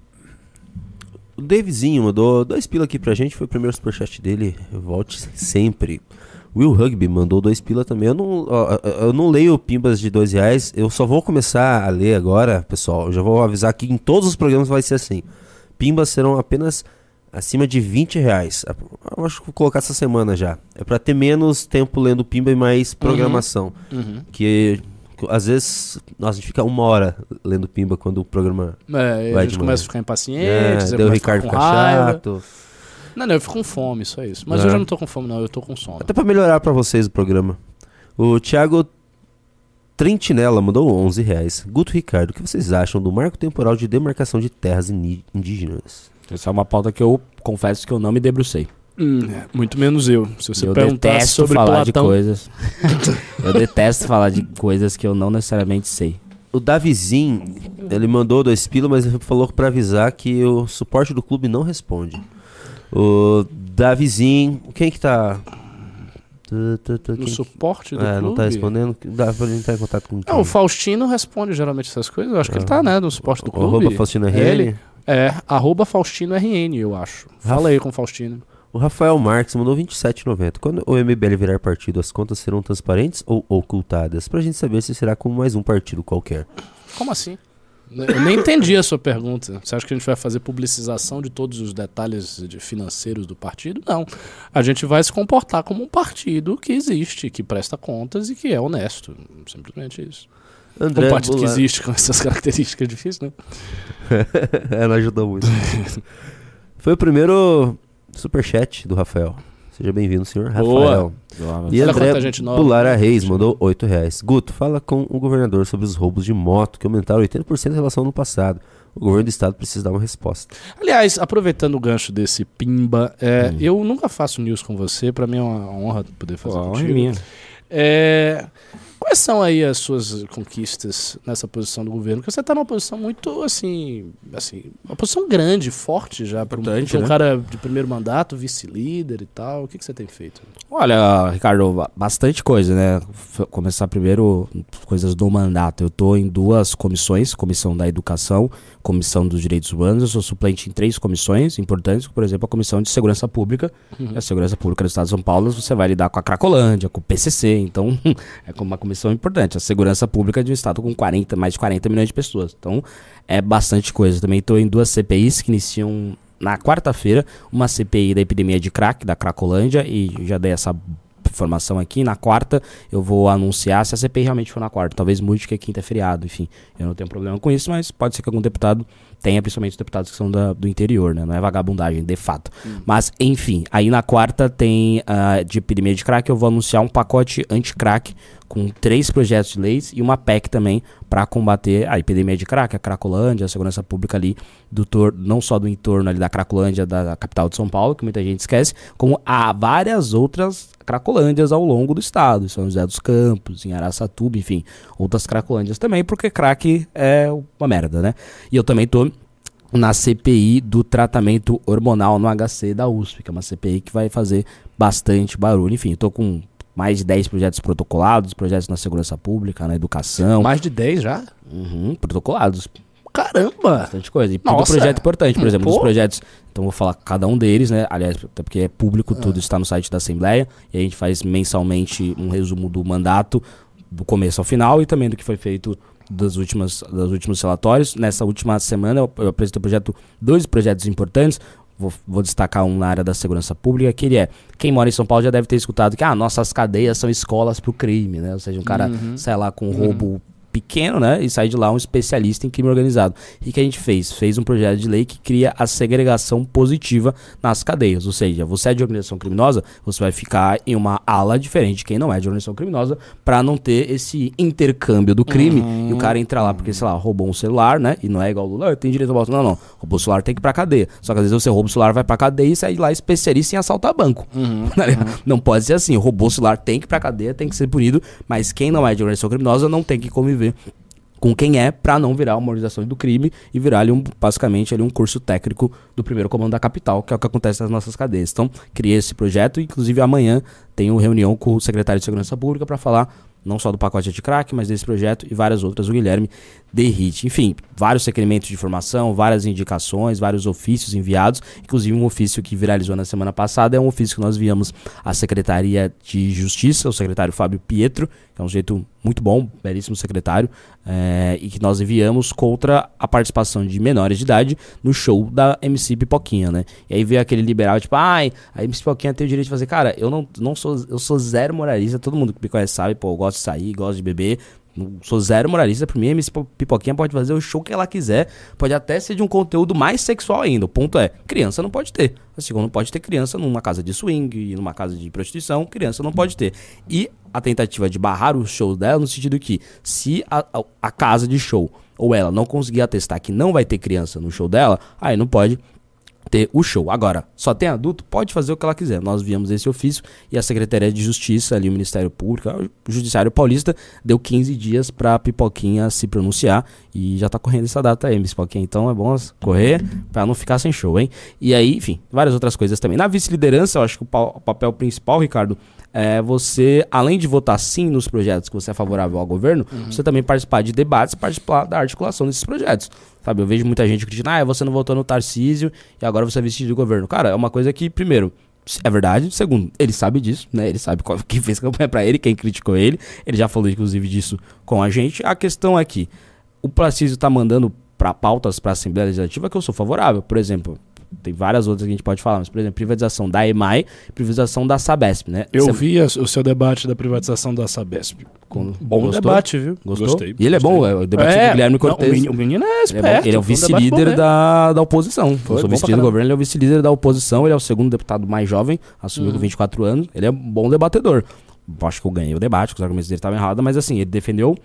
Davezinho mandou 2 pila aqui pra gente, foi o primeiro superchat dele, volte sempre. Will Rugby mandou 2 pila também. Eu não leio pimbas de R$2. Eu só vou começar a ler agora, pessoal. Eu já vou avisar que em todos os programas vai ser assim. Pimbas serão apenas acima de R$20. Eu acho que vou colocar essa semana já. É pra ter menos tempo lendo pimba e mais programação. Que às vezes a gente fica 1 hora lendo pimba quando o programa vai a gente começa a ficar impaciente. Daí o Ricardo fica chato. Não, eu fico com fome, só isso. Mas hoje eu não tô com fome, não. Eu tô com sono. Até pra melhorar pra vocês o programa. O Thiago Trentinella mandou R$11. Guto Ricardo, o que vocês acham do marco temporal de demarcação de terras indígenas? Essa é uma pauta que eu confesso que eu não me debrucei. Muito menos eu. Se você eu perguntar detesto sobre falar Platão... de coisas. Eu detesto falar de coisas que eu não necessariamente sei. O Davizinho, ele mandou 2 pila, mas ele falou pra avisar que o suporte do clube não responde. O Davizinho, quem que tá... No suporte do clube? Não tá respondendo? Dá pra ele entrar em contato com quem? O Faustino responde geralmente essas coisas. Eu acho que ele tá, né, no suporte do clube. @FaustinoRN? @FaustinoRN, eu acho. Fala aí com o Faustino. O Rafael Marques mandou R$27,90. Quando o MBL virar partido, as contas serão transparentes ou ocultadas? Pra gente saber se será como mais um partido qualquer. Como assim? Eu nem entendi a sua pergunta. Você acha que a gente vai fazer publicização de todos os detalhes financeiros do partido? Não. A gente vai se comportar como um partido que existe, que presta contas e que é honesto. Simplesmente isso. Um partido que existe com essas características é difícil, né? Não ajudou muito. Foi o primeiro superchat do Rafael. Seja bem-vindo, senhor Rafael. E André Bulara Reis mandou R$8. Guto, fala com o governador sobre os roubos de moto, que aumentaram 80% em relação ao ano passado. O governo do estado precisa dar uma resposta. Aliás, aproveitando o gancho desse pimba, eu nunca faço news com você, pra mim é uma honra poder fazer contigo. Minha. Quais são aí as suas conquistas nessa posição do governo? Porque você está numa posição muito, assim, uma posição grande, forte já, para um cara de primeiro mandato, vice-líder e tal. O que você tem feito? Olha, Ricardo, bastante coisa, né? Começar primeiro coisas do mandato. Eu estou em 2 comissões, Comissão da Educação, Comissão dos Direitos Humanos. Eu sou suplente em 3 comissões importantes, por exemplo, a Comissão de Segurança Pública. A Segurança Pública do Estado de São Paulo, você vai lidar com a Cracolândia, com o PCC, então é como uma comissão importante. A segurança pública de um estado com mais de 40 milhões de pessoas. Então, é bastante coisa. Também estou em 2 CPIs que iniciam na quarta-feira. Uma CPI da epidemia de crack, da Cracolândia, e já dei essa informação aqui. Na quarta, eu vou anunciar, se a CPI realmente for na quarta. Talvez mude, que é quinta é feriado, enfim. Eu não tenho problema com isso, mas pode ser que algum deputado tenha, principalmente os deputados que são do interior, né? Não é vagabundagem, de fato. Mas, enfim, aí na quarta tem de epidemia de crack, eu vou anunciar um pacote anti-crack com 3 projetos de leis e uma PEC também para combater a epidemia de crack, a Cracolândia, a segurança pública ali, não só do entorno ali da Cracolândia, da capital de São Paulo, que muita gente esquece, como há várias outras Cracolândias ao longo do estado, São José dos Campos, em Araçatuba, enfim, outras Cracolândias também, porque crack é uma merda, né? E eu também tô na CPI do tratamento hormonal no HC da USP, que é uma CPI que vai fazer bastante barulho. Enfim, eu tô com mais de 10 projetos protocolados, projetos na segurança pública, na educação. Mais de 10 já? Protocolados. Caramba! Bastante coisa. E todo projeto importante, por exemplo, dos projetos. Então vou falar cada um deles, né? Aliás, até porque é público, tudo está no site da Assembleia. E a gente faz mensalmente um resumo do mandato, do começo ao final, e também do que foi feito dos últimos relatórios. Nessa última semana eu apresentei 2 projetos importantes. Vou destacar um na área da segurança pública, que ele quem mora em São Paulo já deve ter escutado que nossas cadeias são escolas pro crime, né? Ou seja, um cara sai lá com um roubo pequeno, né? E sai de lá um especialista em crime organizado. E o que a gente fez? Fez um projeto de lei que cria a segregação positiva nas cadeias. Ou seja, você é de organização criminosa, você vai ficar em uma ala diferente de quem não é de organização criminosa, pra não ter esse intercâmbio do crime e o cara entrar lá porque, sei lá, roubou um celular, né? E não é igual o Lula, tem direito a roubar. Não. Roubou o celular, tem que ir pra cadeia. Só que às vezes você rouba o celular, vai pra cadeia e sai de lá especialista em assaltar banco. Não pode ser assim. Roubou o celular, tem que ir pra cadeia, tem que ser punido, mas quem não é de organização criminosa não tem que conviver com quem é, pra não virar uma organização do crime e virar ali basicamente ali um curso técnico do primeiro comando da capital, que é o que acontece nas nossas cadeias. Então, criei esse projeto, inclusive amanhã tenho reunião com o secretário de Segurança Pública para falar não só do pacote anti-crack, mas desse projeto e várias outras, o Guilherme Derrite. Enfim, vários requerimentos de informação, várias indicações, vários ofícios enviados, inclusive um ofício que viralizou na semana passada, é um ofício que nós enviamos à Secretaria de Justiça, o secretário Fábio Pietro, que é um jeito muito bom, belíssimo secretário, e que nós enviamos contra a participação de menores de idade no show da MC Pipoquinha, né? E aí veio aquele liberal, tipo, a MC Pipoquinha tem o direito de fazer. Cara, eu sou zero moralista, todo mundo que me conhece sabe, pô, eu gosto de sair, gosto de beber, sou zero moralista. Pra mim, a MC Pipoquinha pode fazer o show que ela quiser, pode até ser de um conteúdo mais sexual ainda. O ponto é, criança não pode ter. Assim, não pode ter criança numa casa de swing, numa casa de prostituição, criança não pode ter. E a tentativa de barrar o show dela, no sentido que, se a casa de show ou ela não conseguir atestar que não vai ter criança no show dela, aí não pode ter o show. Agora, só tem adulto, pode fazer o que ela quiser. Nós viemos esse ofício e a Secretaria de Justiça, ali o Ministério Público, o Judiciário Paulista, deu 15 dias pra Pipoquinha se pronunciar e já tá correndo essa data aí, Pipoquinha. Então é bom correr pra não ficar sem show, hein? E aí, enfim, várias outras coisas também. Na vice-liderança, eu acho que o papel principal, Ricardo, é você, além de votar sim nos projetos que você é favorável ao governo, você também participar de debates, participar da articulação desses projetos. Sabe, eu vejo muita gente criticando, você não votou no Tarcísio e agora você é vice do governo. Cara, é uma coisa que, primeiro, é verdade. Segundo, ele sabe disso, né? Ele sabe quem fez campanha pra ele, quem criticou ele. Ele já falou, inclusive, disso com a gente. A questão é que o Tarcísio tá mandando pra pautas pra Assembleia Legislativa que eu sou favorável. Por exemplo, tem várias outras que a gente pode falar, mas, por exemplo, privatização da EMAI, privatização da Sabesp, né? Eu vi o seu debate da privatização da Sabesp. Bom debate, viu? Gostou? Gostei. E ele é bom, o debate do Guilherme Cortes. O menino é esperto. Ele é o vice-líder da oposição. Eu sou vice-líder do governo, ele é o vice-líder da oposição, ele é o segundo deputado mais jovem, assumiu com 24 anos, ele é um bom debatedor. Acho que eu ganhei o debate, que os argumentos dele estavam errados, mas assim, ele defendeu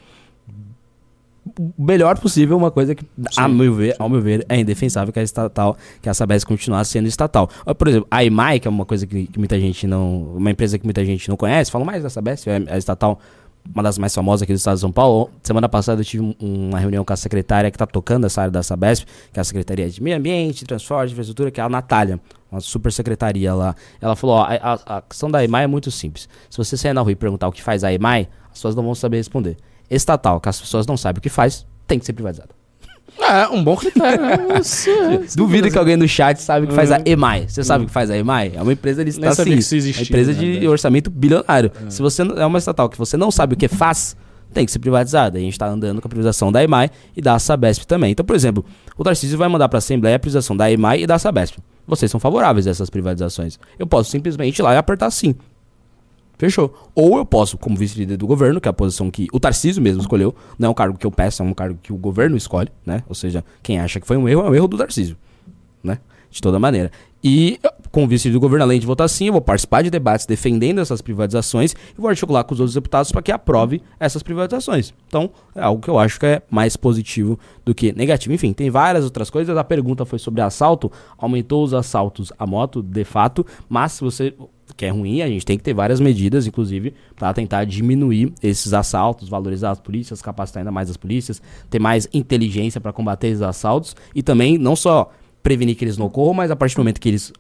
o melhor possível uma coisa que, ao meu ver, é indefensável, que é estatal, que a Sabesp continuar sendo estatal. Por exemplo, a EMAI, que é uma coisa que muita gente não... Uma empresa que muita gente não conhece, fala mais da Sabesp, é estatal, uma das mais famosas aqui do estado de São Paulo. Semana passada eu tive uma reunião com a secretária que está tocando essa área da Sabesp, que é a Secretaria de Meio Ambiente, Transporte, Infraestrutura, que é a Natália, uma super secretaria lá. Ela falou, ó, a questão da EMAI é muito simples. Se você sair na rua e perguntar o que faz a EMAI, as pessoas não vão saber responder. Estatal, que as pessoas não sabem o que faz, tem que ser privatizada. É, um bom critério, né? Duvido que alguém do chat sabe o que faz a EMAI. Você sabe o que faz a EMAI? É uma empresa de Nem sabia que isso existia, uma empresa de orçamento bilionário. Se você é uma estatal que você não sabe o que faz, tem que ser privatizada. A gente está andando com a privatização da EMAI e da Sabesp também. Então, por exemplo, o Tarcísio vai mandar para a Assembleia a privatização da EMAI e da Sabesp. Vocês são favoráveis a essas privatizações. Eu posso simplesmente ir lá e apertar sim. Fechou. Ou eu posso, como vice-líder do governo, que é a posição que o Tarcísio mesmo escolheu, não é um cargo que eu peço, é um cargo que o governo escolhe, né? Ou seja, quem acha que foi um erro, é um erro do Tarcísio, né? De toda maneira. E, como vice-líder do governo, além de votar sim, eu vou participar de debates defendendo essas privatizações e vou articular com os outros deputados para que aprove essas privatizações. Então, é algo que eu acho que é mais positivo do que negativo. Enfim, tem várias outras coisas. A pergunta foi sobre assalto. Aumentou os assaltos à moto, de fato, mas se você... que é ruim, a gente tem que ter várias medidas, inclusive, para tentar diminuir esses assaltos, valorizar as polícias, capacitar ainda mais as polícias, ter mais inteligência para combater esses assaltos e também não só prevenir que eles não ocorram, mas a partir do momento que eles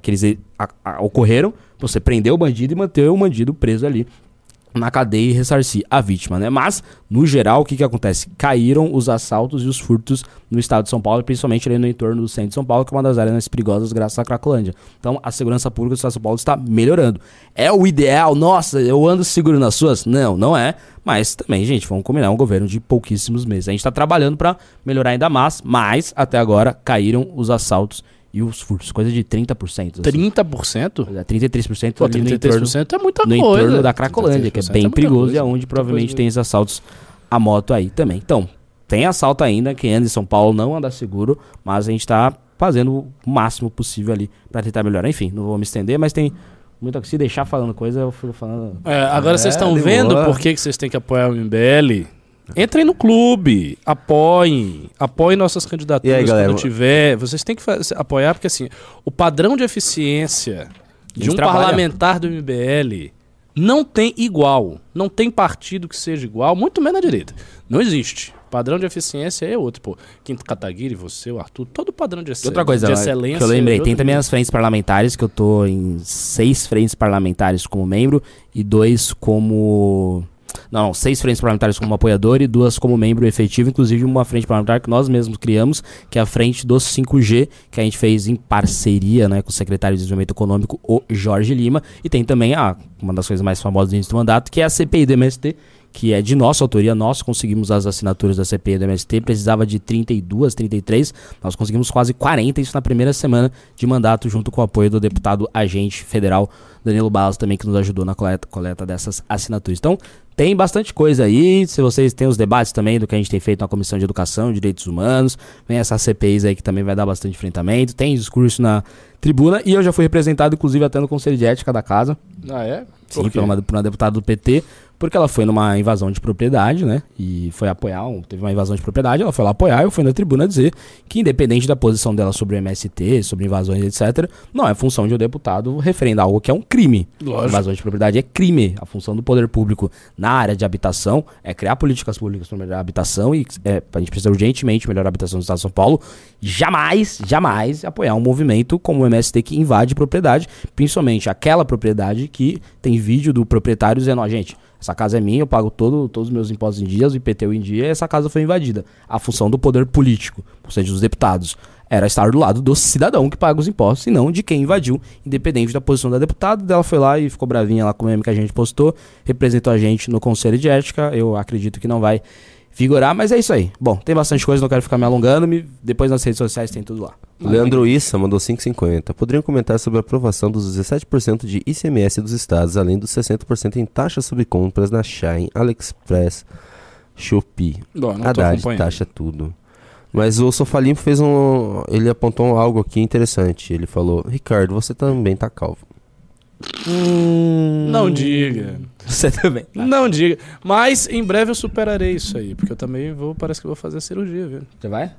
ocorreram, você prender o bandido e manter o bandido preso ali na cadeia e ressarcir a vítima, né? Mas, no geral, o que acontece? Caíram os assaltos e os furtos no estado de São Paulo, principalmente ali no entorno do centro de São Paulo, que é uma das áreas mais perigosas graças à Cracolândia. Então, a segurança pública do estado de São Paulo está melhorando. É o ideal? Nossa, eu ando seguro nas suas? Não, não é. Mas também, gente, vamos combinar, um governo de pouquíssimos meses. A gente está trabalhando para melhorar ainda mais, mas até agora caíram os assaltos e os furtos, coisa de 30%. Assim. 30%? 33%. Pô, 33% é muita coisa. No entorno da Cracolândia, que é bem perigoso e é onde provavelmente tem esses assaltos à moto aí também. Então, tem assalto ainda, quem anda em São Paulo não anda seguro, mas a gente tá fazendo o máximo possível ali pra tentar melhorar. Enfim, não vou me estender, mas tem muito que se deixar falando coisa, eu fico falando... Agora vocês estão vendo por que vocês têm que apoiar o MBL? Entrem no clube, apoiem nossas candidaturas aí, quando tiver. Vocês têm que apoiar, porque assim, o padrão de eficiência de um parlamentar do MBL não tem igual. Não tem partido que seja igual, muito menos na direita. Não existe. O padrão de eficiência é outro. Pô, Quinto Kataguiri, você, o Arthur, todo padrão de excelência. Outra coisa que eu lembrei, tem também as frentes parlamentares, que eu tô em 6 frentes parlamentares como membro e 2 como... Não, 6 frentes parlamentares como apoiador e 2 como membro efetivo, inclusive uma frente parlamentar que nós mesmos criamos, que é a frente dos 5G, que a gente fez em parceria, né, com o secretário de Desenvolvimento Econômico, o Jorge Lima, e tem também uma das coisas mais famosas do início do mandato, que é a CPI do MST, que é de nossa autoria, nós conseguimos as assinaturas da CPI do MST, precisava de 32, 33, nós conseguimos quase 40, isso na primeira semana de mandato, junto com o apoio do deputado agente federal Danilo Barros também, que nos ajudou na coleta dessas assinaturas. Então, tem bastante coisa aí, se vocês têm os debates também do que a gente tem feito na Comissão de Educação, Direitos Humanos, vem essas CPIs aí que também vai dar bastante enfrentamento, tem discurso na tribuna, e eu já fui representado, inclusive, até no Conselho de Ética da Casa. Ah, é? Sim, por uma deputada do PT, porque ela foi numa invasão de propriedade, né, e foi apoiar, teve uma invasão de propriedade, ela foi lá apoiar, eu fui na tribuna dizer que, independente da posição dela sobre o MST, sobre invasões, etc., não é função de um deputado referendar algo que é um crime. Lógico. Invasão de propriedade é crime. A função do poder público na área de habitação é criar políticas públicas para melhorar a habitação e a gente precisa urgentemente melhorar a habitação do estado de São Paulo. Jamais apoiar um movimento como o MST que invade propriedade, principalmente aquela propriedade que tem vídeo do proprietário dizendo, ó, gente, essa casa é minha, eu pago todos os meus impostos em dias, o IPTU em dia, e essa casa foi invadida. A função do poder político, ou seja, dos deputados, era estar do lado do cidadão que paga os impostos e não de quem invadiu, independente da posição da deputada. Ela foi lá e ficou bravinha lá com o meme que a gente postou, representou a gente no Conselho de Ética. Eu acredito que não vai vigorar, mas é isso aí. Bom, tem bastante coisa, não quero ficar me alongando, depois nas redes sociais tem tudo lá. O Leandro Issa mandou 5,50. Poderiam comentar sobre a aprovação dos 17% de ICMS dos estados, além dos 60% em taxas sobre compras na Shein, AliExpress, Shopee. Haddad taxa tudo. Mas o Sofá Limpo ele apontou algo aqui interessante. Ele falou, Ricardo, você também tá calvo. Não diga. Você também. Não diga. Mas em breve eu superarei isso aí. Porque eu também parece que vou fazer a cirurgia, viu? Você vai?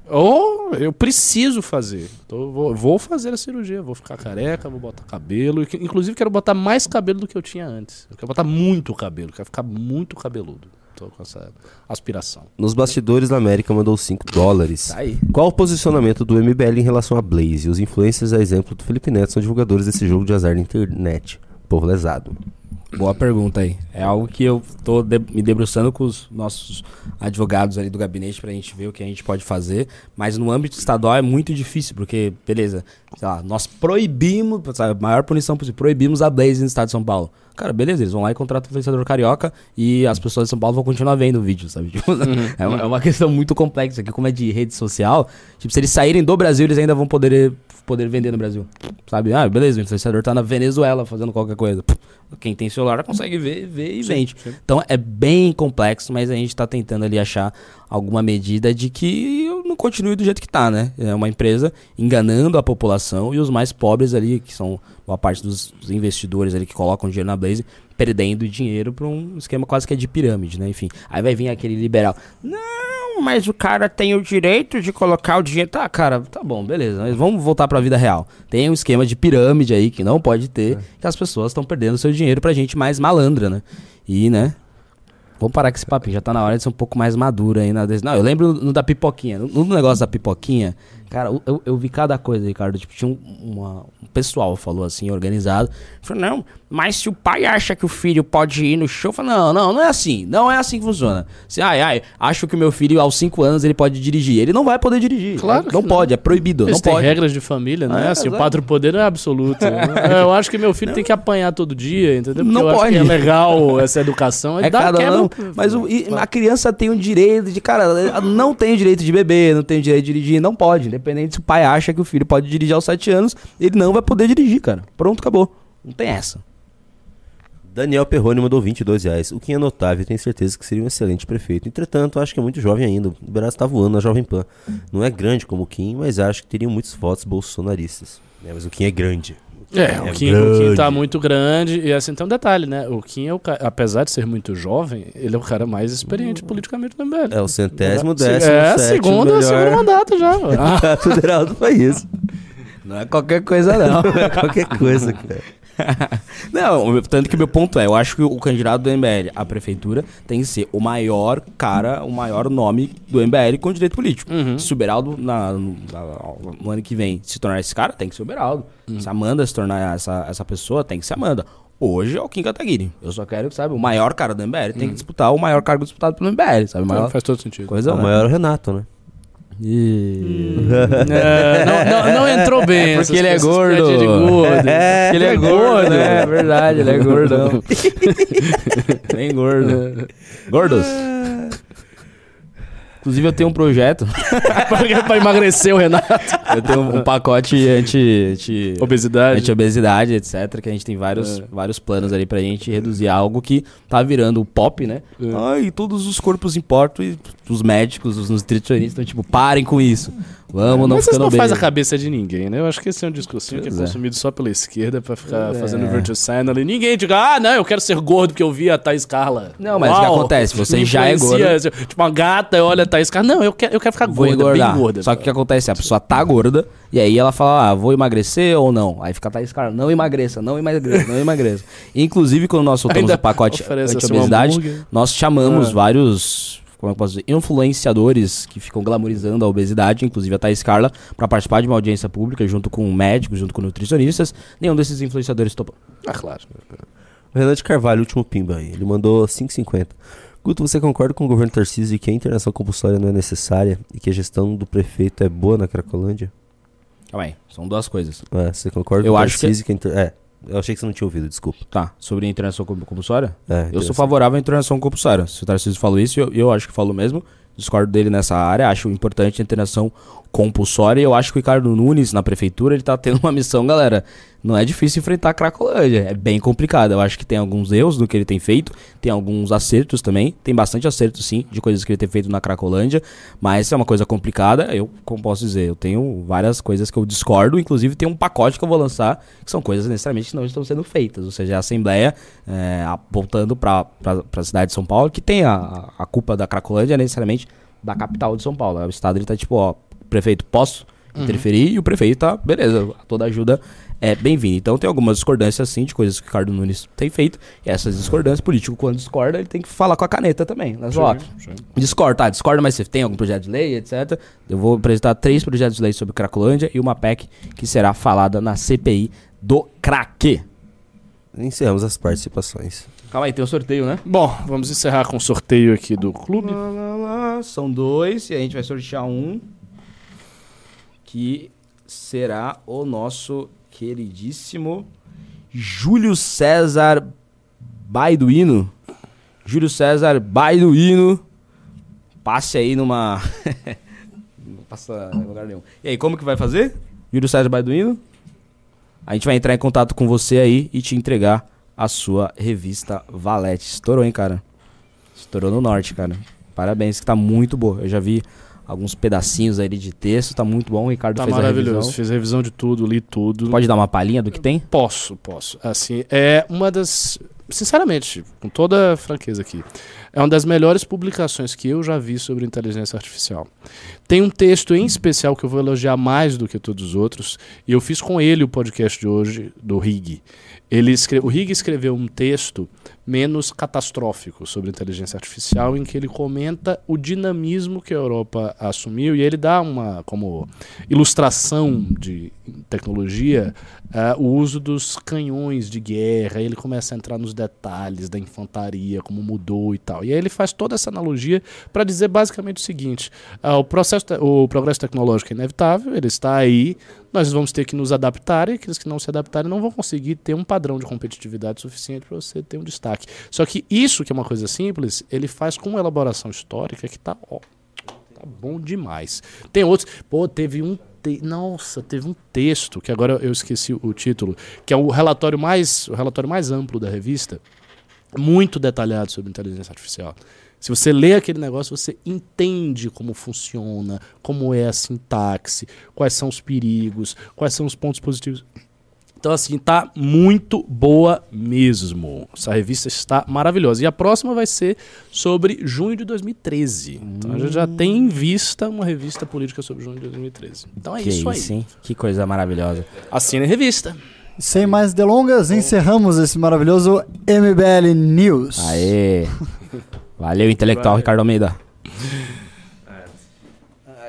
Eu preciso fazer. Então, vou fazer a cirurgia. Vou ficar careca, vou botar cabelo. Inclusive quero botar mais cabelo do que eu tinha antes. Eu quero botar muito cabelo. Quero ficar muito cabeludo. Tô com essa aspiração. Nos bastidores da América mandou $5. Tá aí. Qual o posicionamento do MBL em relação a Blaze? Os influencers, a exemplo do Felipe Neto, são divulgadores desse jogo de azar na internet. Povo lesado. Boa pergunta aí. É algo que eu tô me debruçando com os nossos advogados ali do gabinete pra gente ver o que a gente pode fazer. Mas no âmbito estadual é muito difícil, porque, beleza, sei lá, nós proibimos, sabe, a maior punição possível, proibimos a Blaze no estado de São Paulo. Cara, beleza, eles vão lá e contratam o influenciador carioca e as pessoas de São Paulo vão continuar vendo o vídeo, sabe? Tipo, é uma questão muito complexa aqui, como é de rede social. Tipo, se eles saírem do Brasil, eles ainda vão poder vender no Brasil, sabe? Ah, beleza, o influenciador tá na Venezuela fazendo qualquer coisa. Quem tem celular consegue ver e vende. Sim. Então é bem complexo, mas a gente tá tentando ali achar alguma medida de que não continue do jeito que tá, né? É uma empresa enganando a população e os mais pobres ali, que são uma parte dos investidores ali que colocam dinheiro na Blaze, perdendo dinheiro pra um esquema quase que é de pirâmide, né? Enfim, aí vai vir aquele liberal. Não, mas o cara tem o direito de colocar o dinheiro. Tá, cara, tá bom, beleza. Mas vamos voltar pra vida real. Tem um esquema de pirâmide aí que não pode ter, que as pessoas estão perdendo seu dinheiro pra gente mais malandra, né? E, né? Vamos parar com esse papinho, já tá na hora de ser um pouco mais maduro aí. Não, eu lembro no da pipoquinha. No negócio da pipoquinha, cara, eu vi cada coisa, Ricardo. Tipo, tinha um pessoal falou assim, organizado. Falou, não, mas se o pai acha que o filho pode ir no show, fala, não é assim. Não é assim que funciona. Se, acho que o meu filho aos 5 anos ele pode dirigir. Ele não vai poder dirigir. Claro. Não pode, é proibido. Eles não têm pode. regras de família, né? Assim, o padre poder é absoluto. Eu acho que meu filho tem que apanhar todo dia, entendeu? Porque não eu pode. Acho que é legal essa educação. É cada um. Mas a criança tem o direito de, cara, ela não tem o direito de beber, não tem o direito de dirigir, não pode. Independente se o pai acha que o filho pode dirigir aos 7 anos, ele não vai poder dirigir, cara. Pronto, acabou. Não tem essa. Daniel Perrone mandou R$22. O Kim é notável, tenho certeza que seria um excelente prefeito. Entretanto, acho que é muito jovem ainda. O braço tá voando na Jovem Pan. Não é grande como o Kim, mas acho que teriam muitos votos bolsonaristas. Mas o Kim é grande. O Kim tá muito grande. E assim, tem um detalhe, né? O Kim, apesar de ser muito jovem, ele é o cara mais experiente politicamente do MBL. É o 117º segundo mandato já. Mandato federal do país. Não é qualquer coisa, não. Não é qualquer coisa, cara. Não, tanto que meu ponto é, eu acho que o candidato do MBL à prefeitura tem que ser o maior cara, o maior nome do MBL com direito político. Se o Beraldo no ano que vem se tornar esse cara, tem que ser o Beraldo. Se a Amanda se tornar essa pessoa, tem que ser a Amanda. Hoje é o Kim Kataguiri. Eu só quero que, sabe, o maior cara do MBL tem que disputar o maior cargo disputado pelo MBL, sabe? Maior, faz todo sentido. O maior é o Renato, né? Não entrou bem. Porque ele é gordo. Porque ele é gordo, né? É verdade, ele é gordão. Bem gordo. Gordos. Inclusive eu tenho um projeto pra emagrecer o Renato. Eu tenho um pacote anti-obesidade, etc. Que a gente tem vários planos ali pra gente reduzir algo que tá virando pop, né? Ai, todos os corpos importam e os médicos, os nutricionistas estão tipo, parem com isso. Vamos, mas isso não faz a cabeça de ninguém, né? Eu acho que esse é um discursinho que é consumido só pela esquerda pra ficar fazendo virtue signaling. Ninguém diga, não, eu quero ser gordo porque eu vi a Thaís Carla. Não, mas o que acontece? Você já é gordo. Tipo, uma gata olha a Thaís Carla. Não, eu quero ficar gorda, bem gorda. Só que o que acontece? A pessoa tá gorda e aí ela fala, vou emagrecer ou não? Aí fica a Thaís Carla, não emagreça. Inclusive, quando nós soltamos o pacote anti-obesidade, nós chamamos vários... Como é que eu posso dizer? Influenciadores que ficam glamorizando a obesidade, inclusive a Thaís Carla, pra participar de uma audiência pública junto com médicos, junto com nutricionistas. Nenhum desses influenciadores topou. Claro. O Renan de Carvalho, último pimba aí. Ele mandou 5,50. Guto, você concorda com o governo Tarcísio de que a internação compulsória não é necessária e que a gestão do prefeito é boa na Cracolândia? Calma aí, são duas coisas. Você concorda com o Tarcísio que... Eu achei que você não tinha ouvido, desculpa. Tá, sobre a internação compulsória? Eu sou favorável à internação compulsória. Se o Tarcísio falou isso, eu acho que falou mesmo. Discordo dele nessa área, acho importante a internação compulsória. E eu acho que o Ricardo Nunes, na prefeitura, ele tá tendo uma missão, galera. não é difícil enfrentar a Cracolândia. É bem complicado. Eu acho que tem alguns erros no que ele tem feito, tem alguns acertos também. Tem bastante acerto, sim, de coisas que ele tem feito na Cracolândia, mas é uma coisa complicada. Eu, como posso dizer, eu tenho várias coisas que eu discordo, inclusive tem um pacote que eu vou lançar, que são coisas necessariamente que não estão sendo feitas. Ou seja, a Assembleia, voltando para a cidade de São Paulo, que tem a culpa da Cracolândia necessariamente da capital de São Paulo. O Estado ele tá tipo, ó, prefeito, posso interferir? E o prefeito tá, beleza, toda ajuda é bem-vinda. Então tem algumas discordâncias, sim, de coisas que o Ricardo Nunes tem feito. E essas discordâncias, político, quando discorda, ele tem que falar com a caneta também. Né? Discorda, mas você tem algum projeto de lei, etc. Eu vou apresentar 3 projetos de lei sobre Cracolândia e uma PEC que será falada na CPI do crack. Encerramos as participações. Calma aí, tem o sorteio, né? Bom, vamos encerrar com o sorteio aqui do clube. São 2 e a gente vai sortear um que será o nosso queridíssimo Júlio César Baiduino. Júlio César Baiduino. Passe aí numa... Não passa em lugar nenhum. E aí, como que vai fazer? Júlio César Baiduino? A gente vai entrar em contato com você aí e te entregar a sua revista Valete. Estourou, hein, cara? Estourou no norte, cara. Parabéns, que tá muito boa. Eu já vi alguns pedacinhos aí de texto, tá muito bom. O Ricardo tá fez maravilhoso. a revisão. Fiz a revisão de tudo, li tudo. Pode dar uma palhinha do que tem? Posso. Assim, é uma das... Sinceramente, com toda a franqueza aqui, é uma das melhores publicações que eu já vi sobre inteligência artificial. Tem um texto em especial que eu vou elogiar mais do que todos os outros, e eu fiz com ele o podcast de hoje, do Rig. O Rig escreveu um texto menos catastrófico sobre inteligência artificial, em que ele comenta o dinamismo que a Europa assumiu, e ele dá uma, como ilustração de tecnologia, o uso dos canhões de guerra. Ele começa a entrar nos detalhes da infantaria, como mudou e tal. E aí ele faz toda essa analogia para dizer basicamente o seguinte: o progresso tecnológico é inevitável, ele está aí, nós vamos ter que nos adaptar, e aqueles que não se adaptarem não vão conseguir ter um padrão de competitividade suficiente para você ter um destaque. Só que isso, que é uma coisa simples, ele faz com uma elaboração histórica que tá bom demais. Tem outros... teve um texto, que agora eu esqueci o título, que é o relatório mais amplo da revista, muito detalhado sobre inteligência artificial. Se você lê aquele negócio, você entende como funciona, como é a sintaxe, quais são os perigos, quais são os pontos positivos. Então, assim, tá muito boa mesmo. Essa revista está maravilhosa. E a próxima vai ser sobre junho de 2013. Então, a gente já tem em vista uma revista política sobre junho de 2013. Então, é isso aí. Hein? Que coisa maravilhosa. Assine a revista. Sem mais delongas, encerramos esse maravilhoso MBL News. Aê! Valeu, intelectual Ricardo Almeida.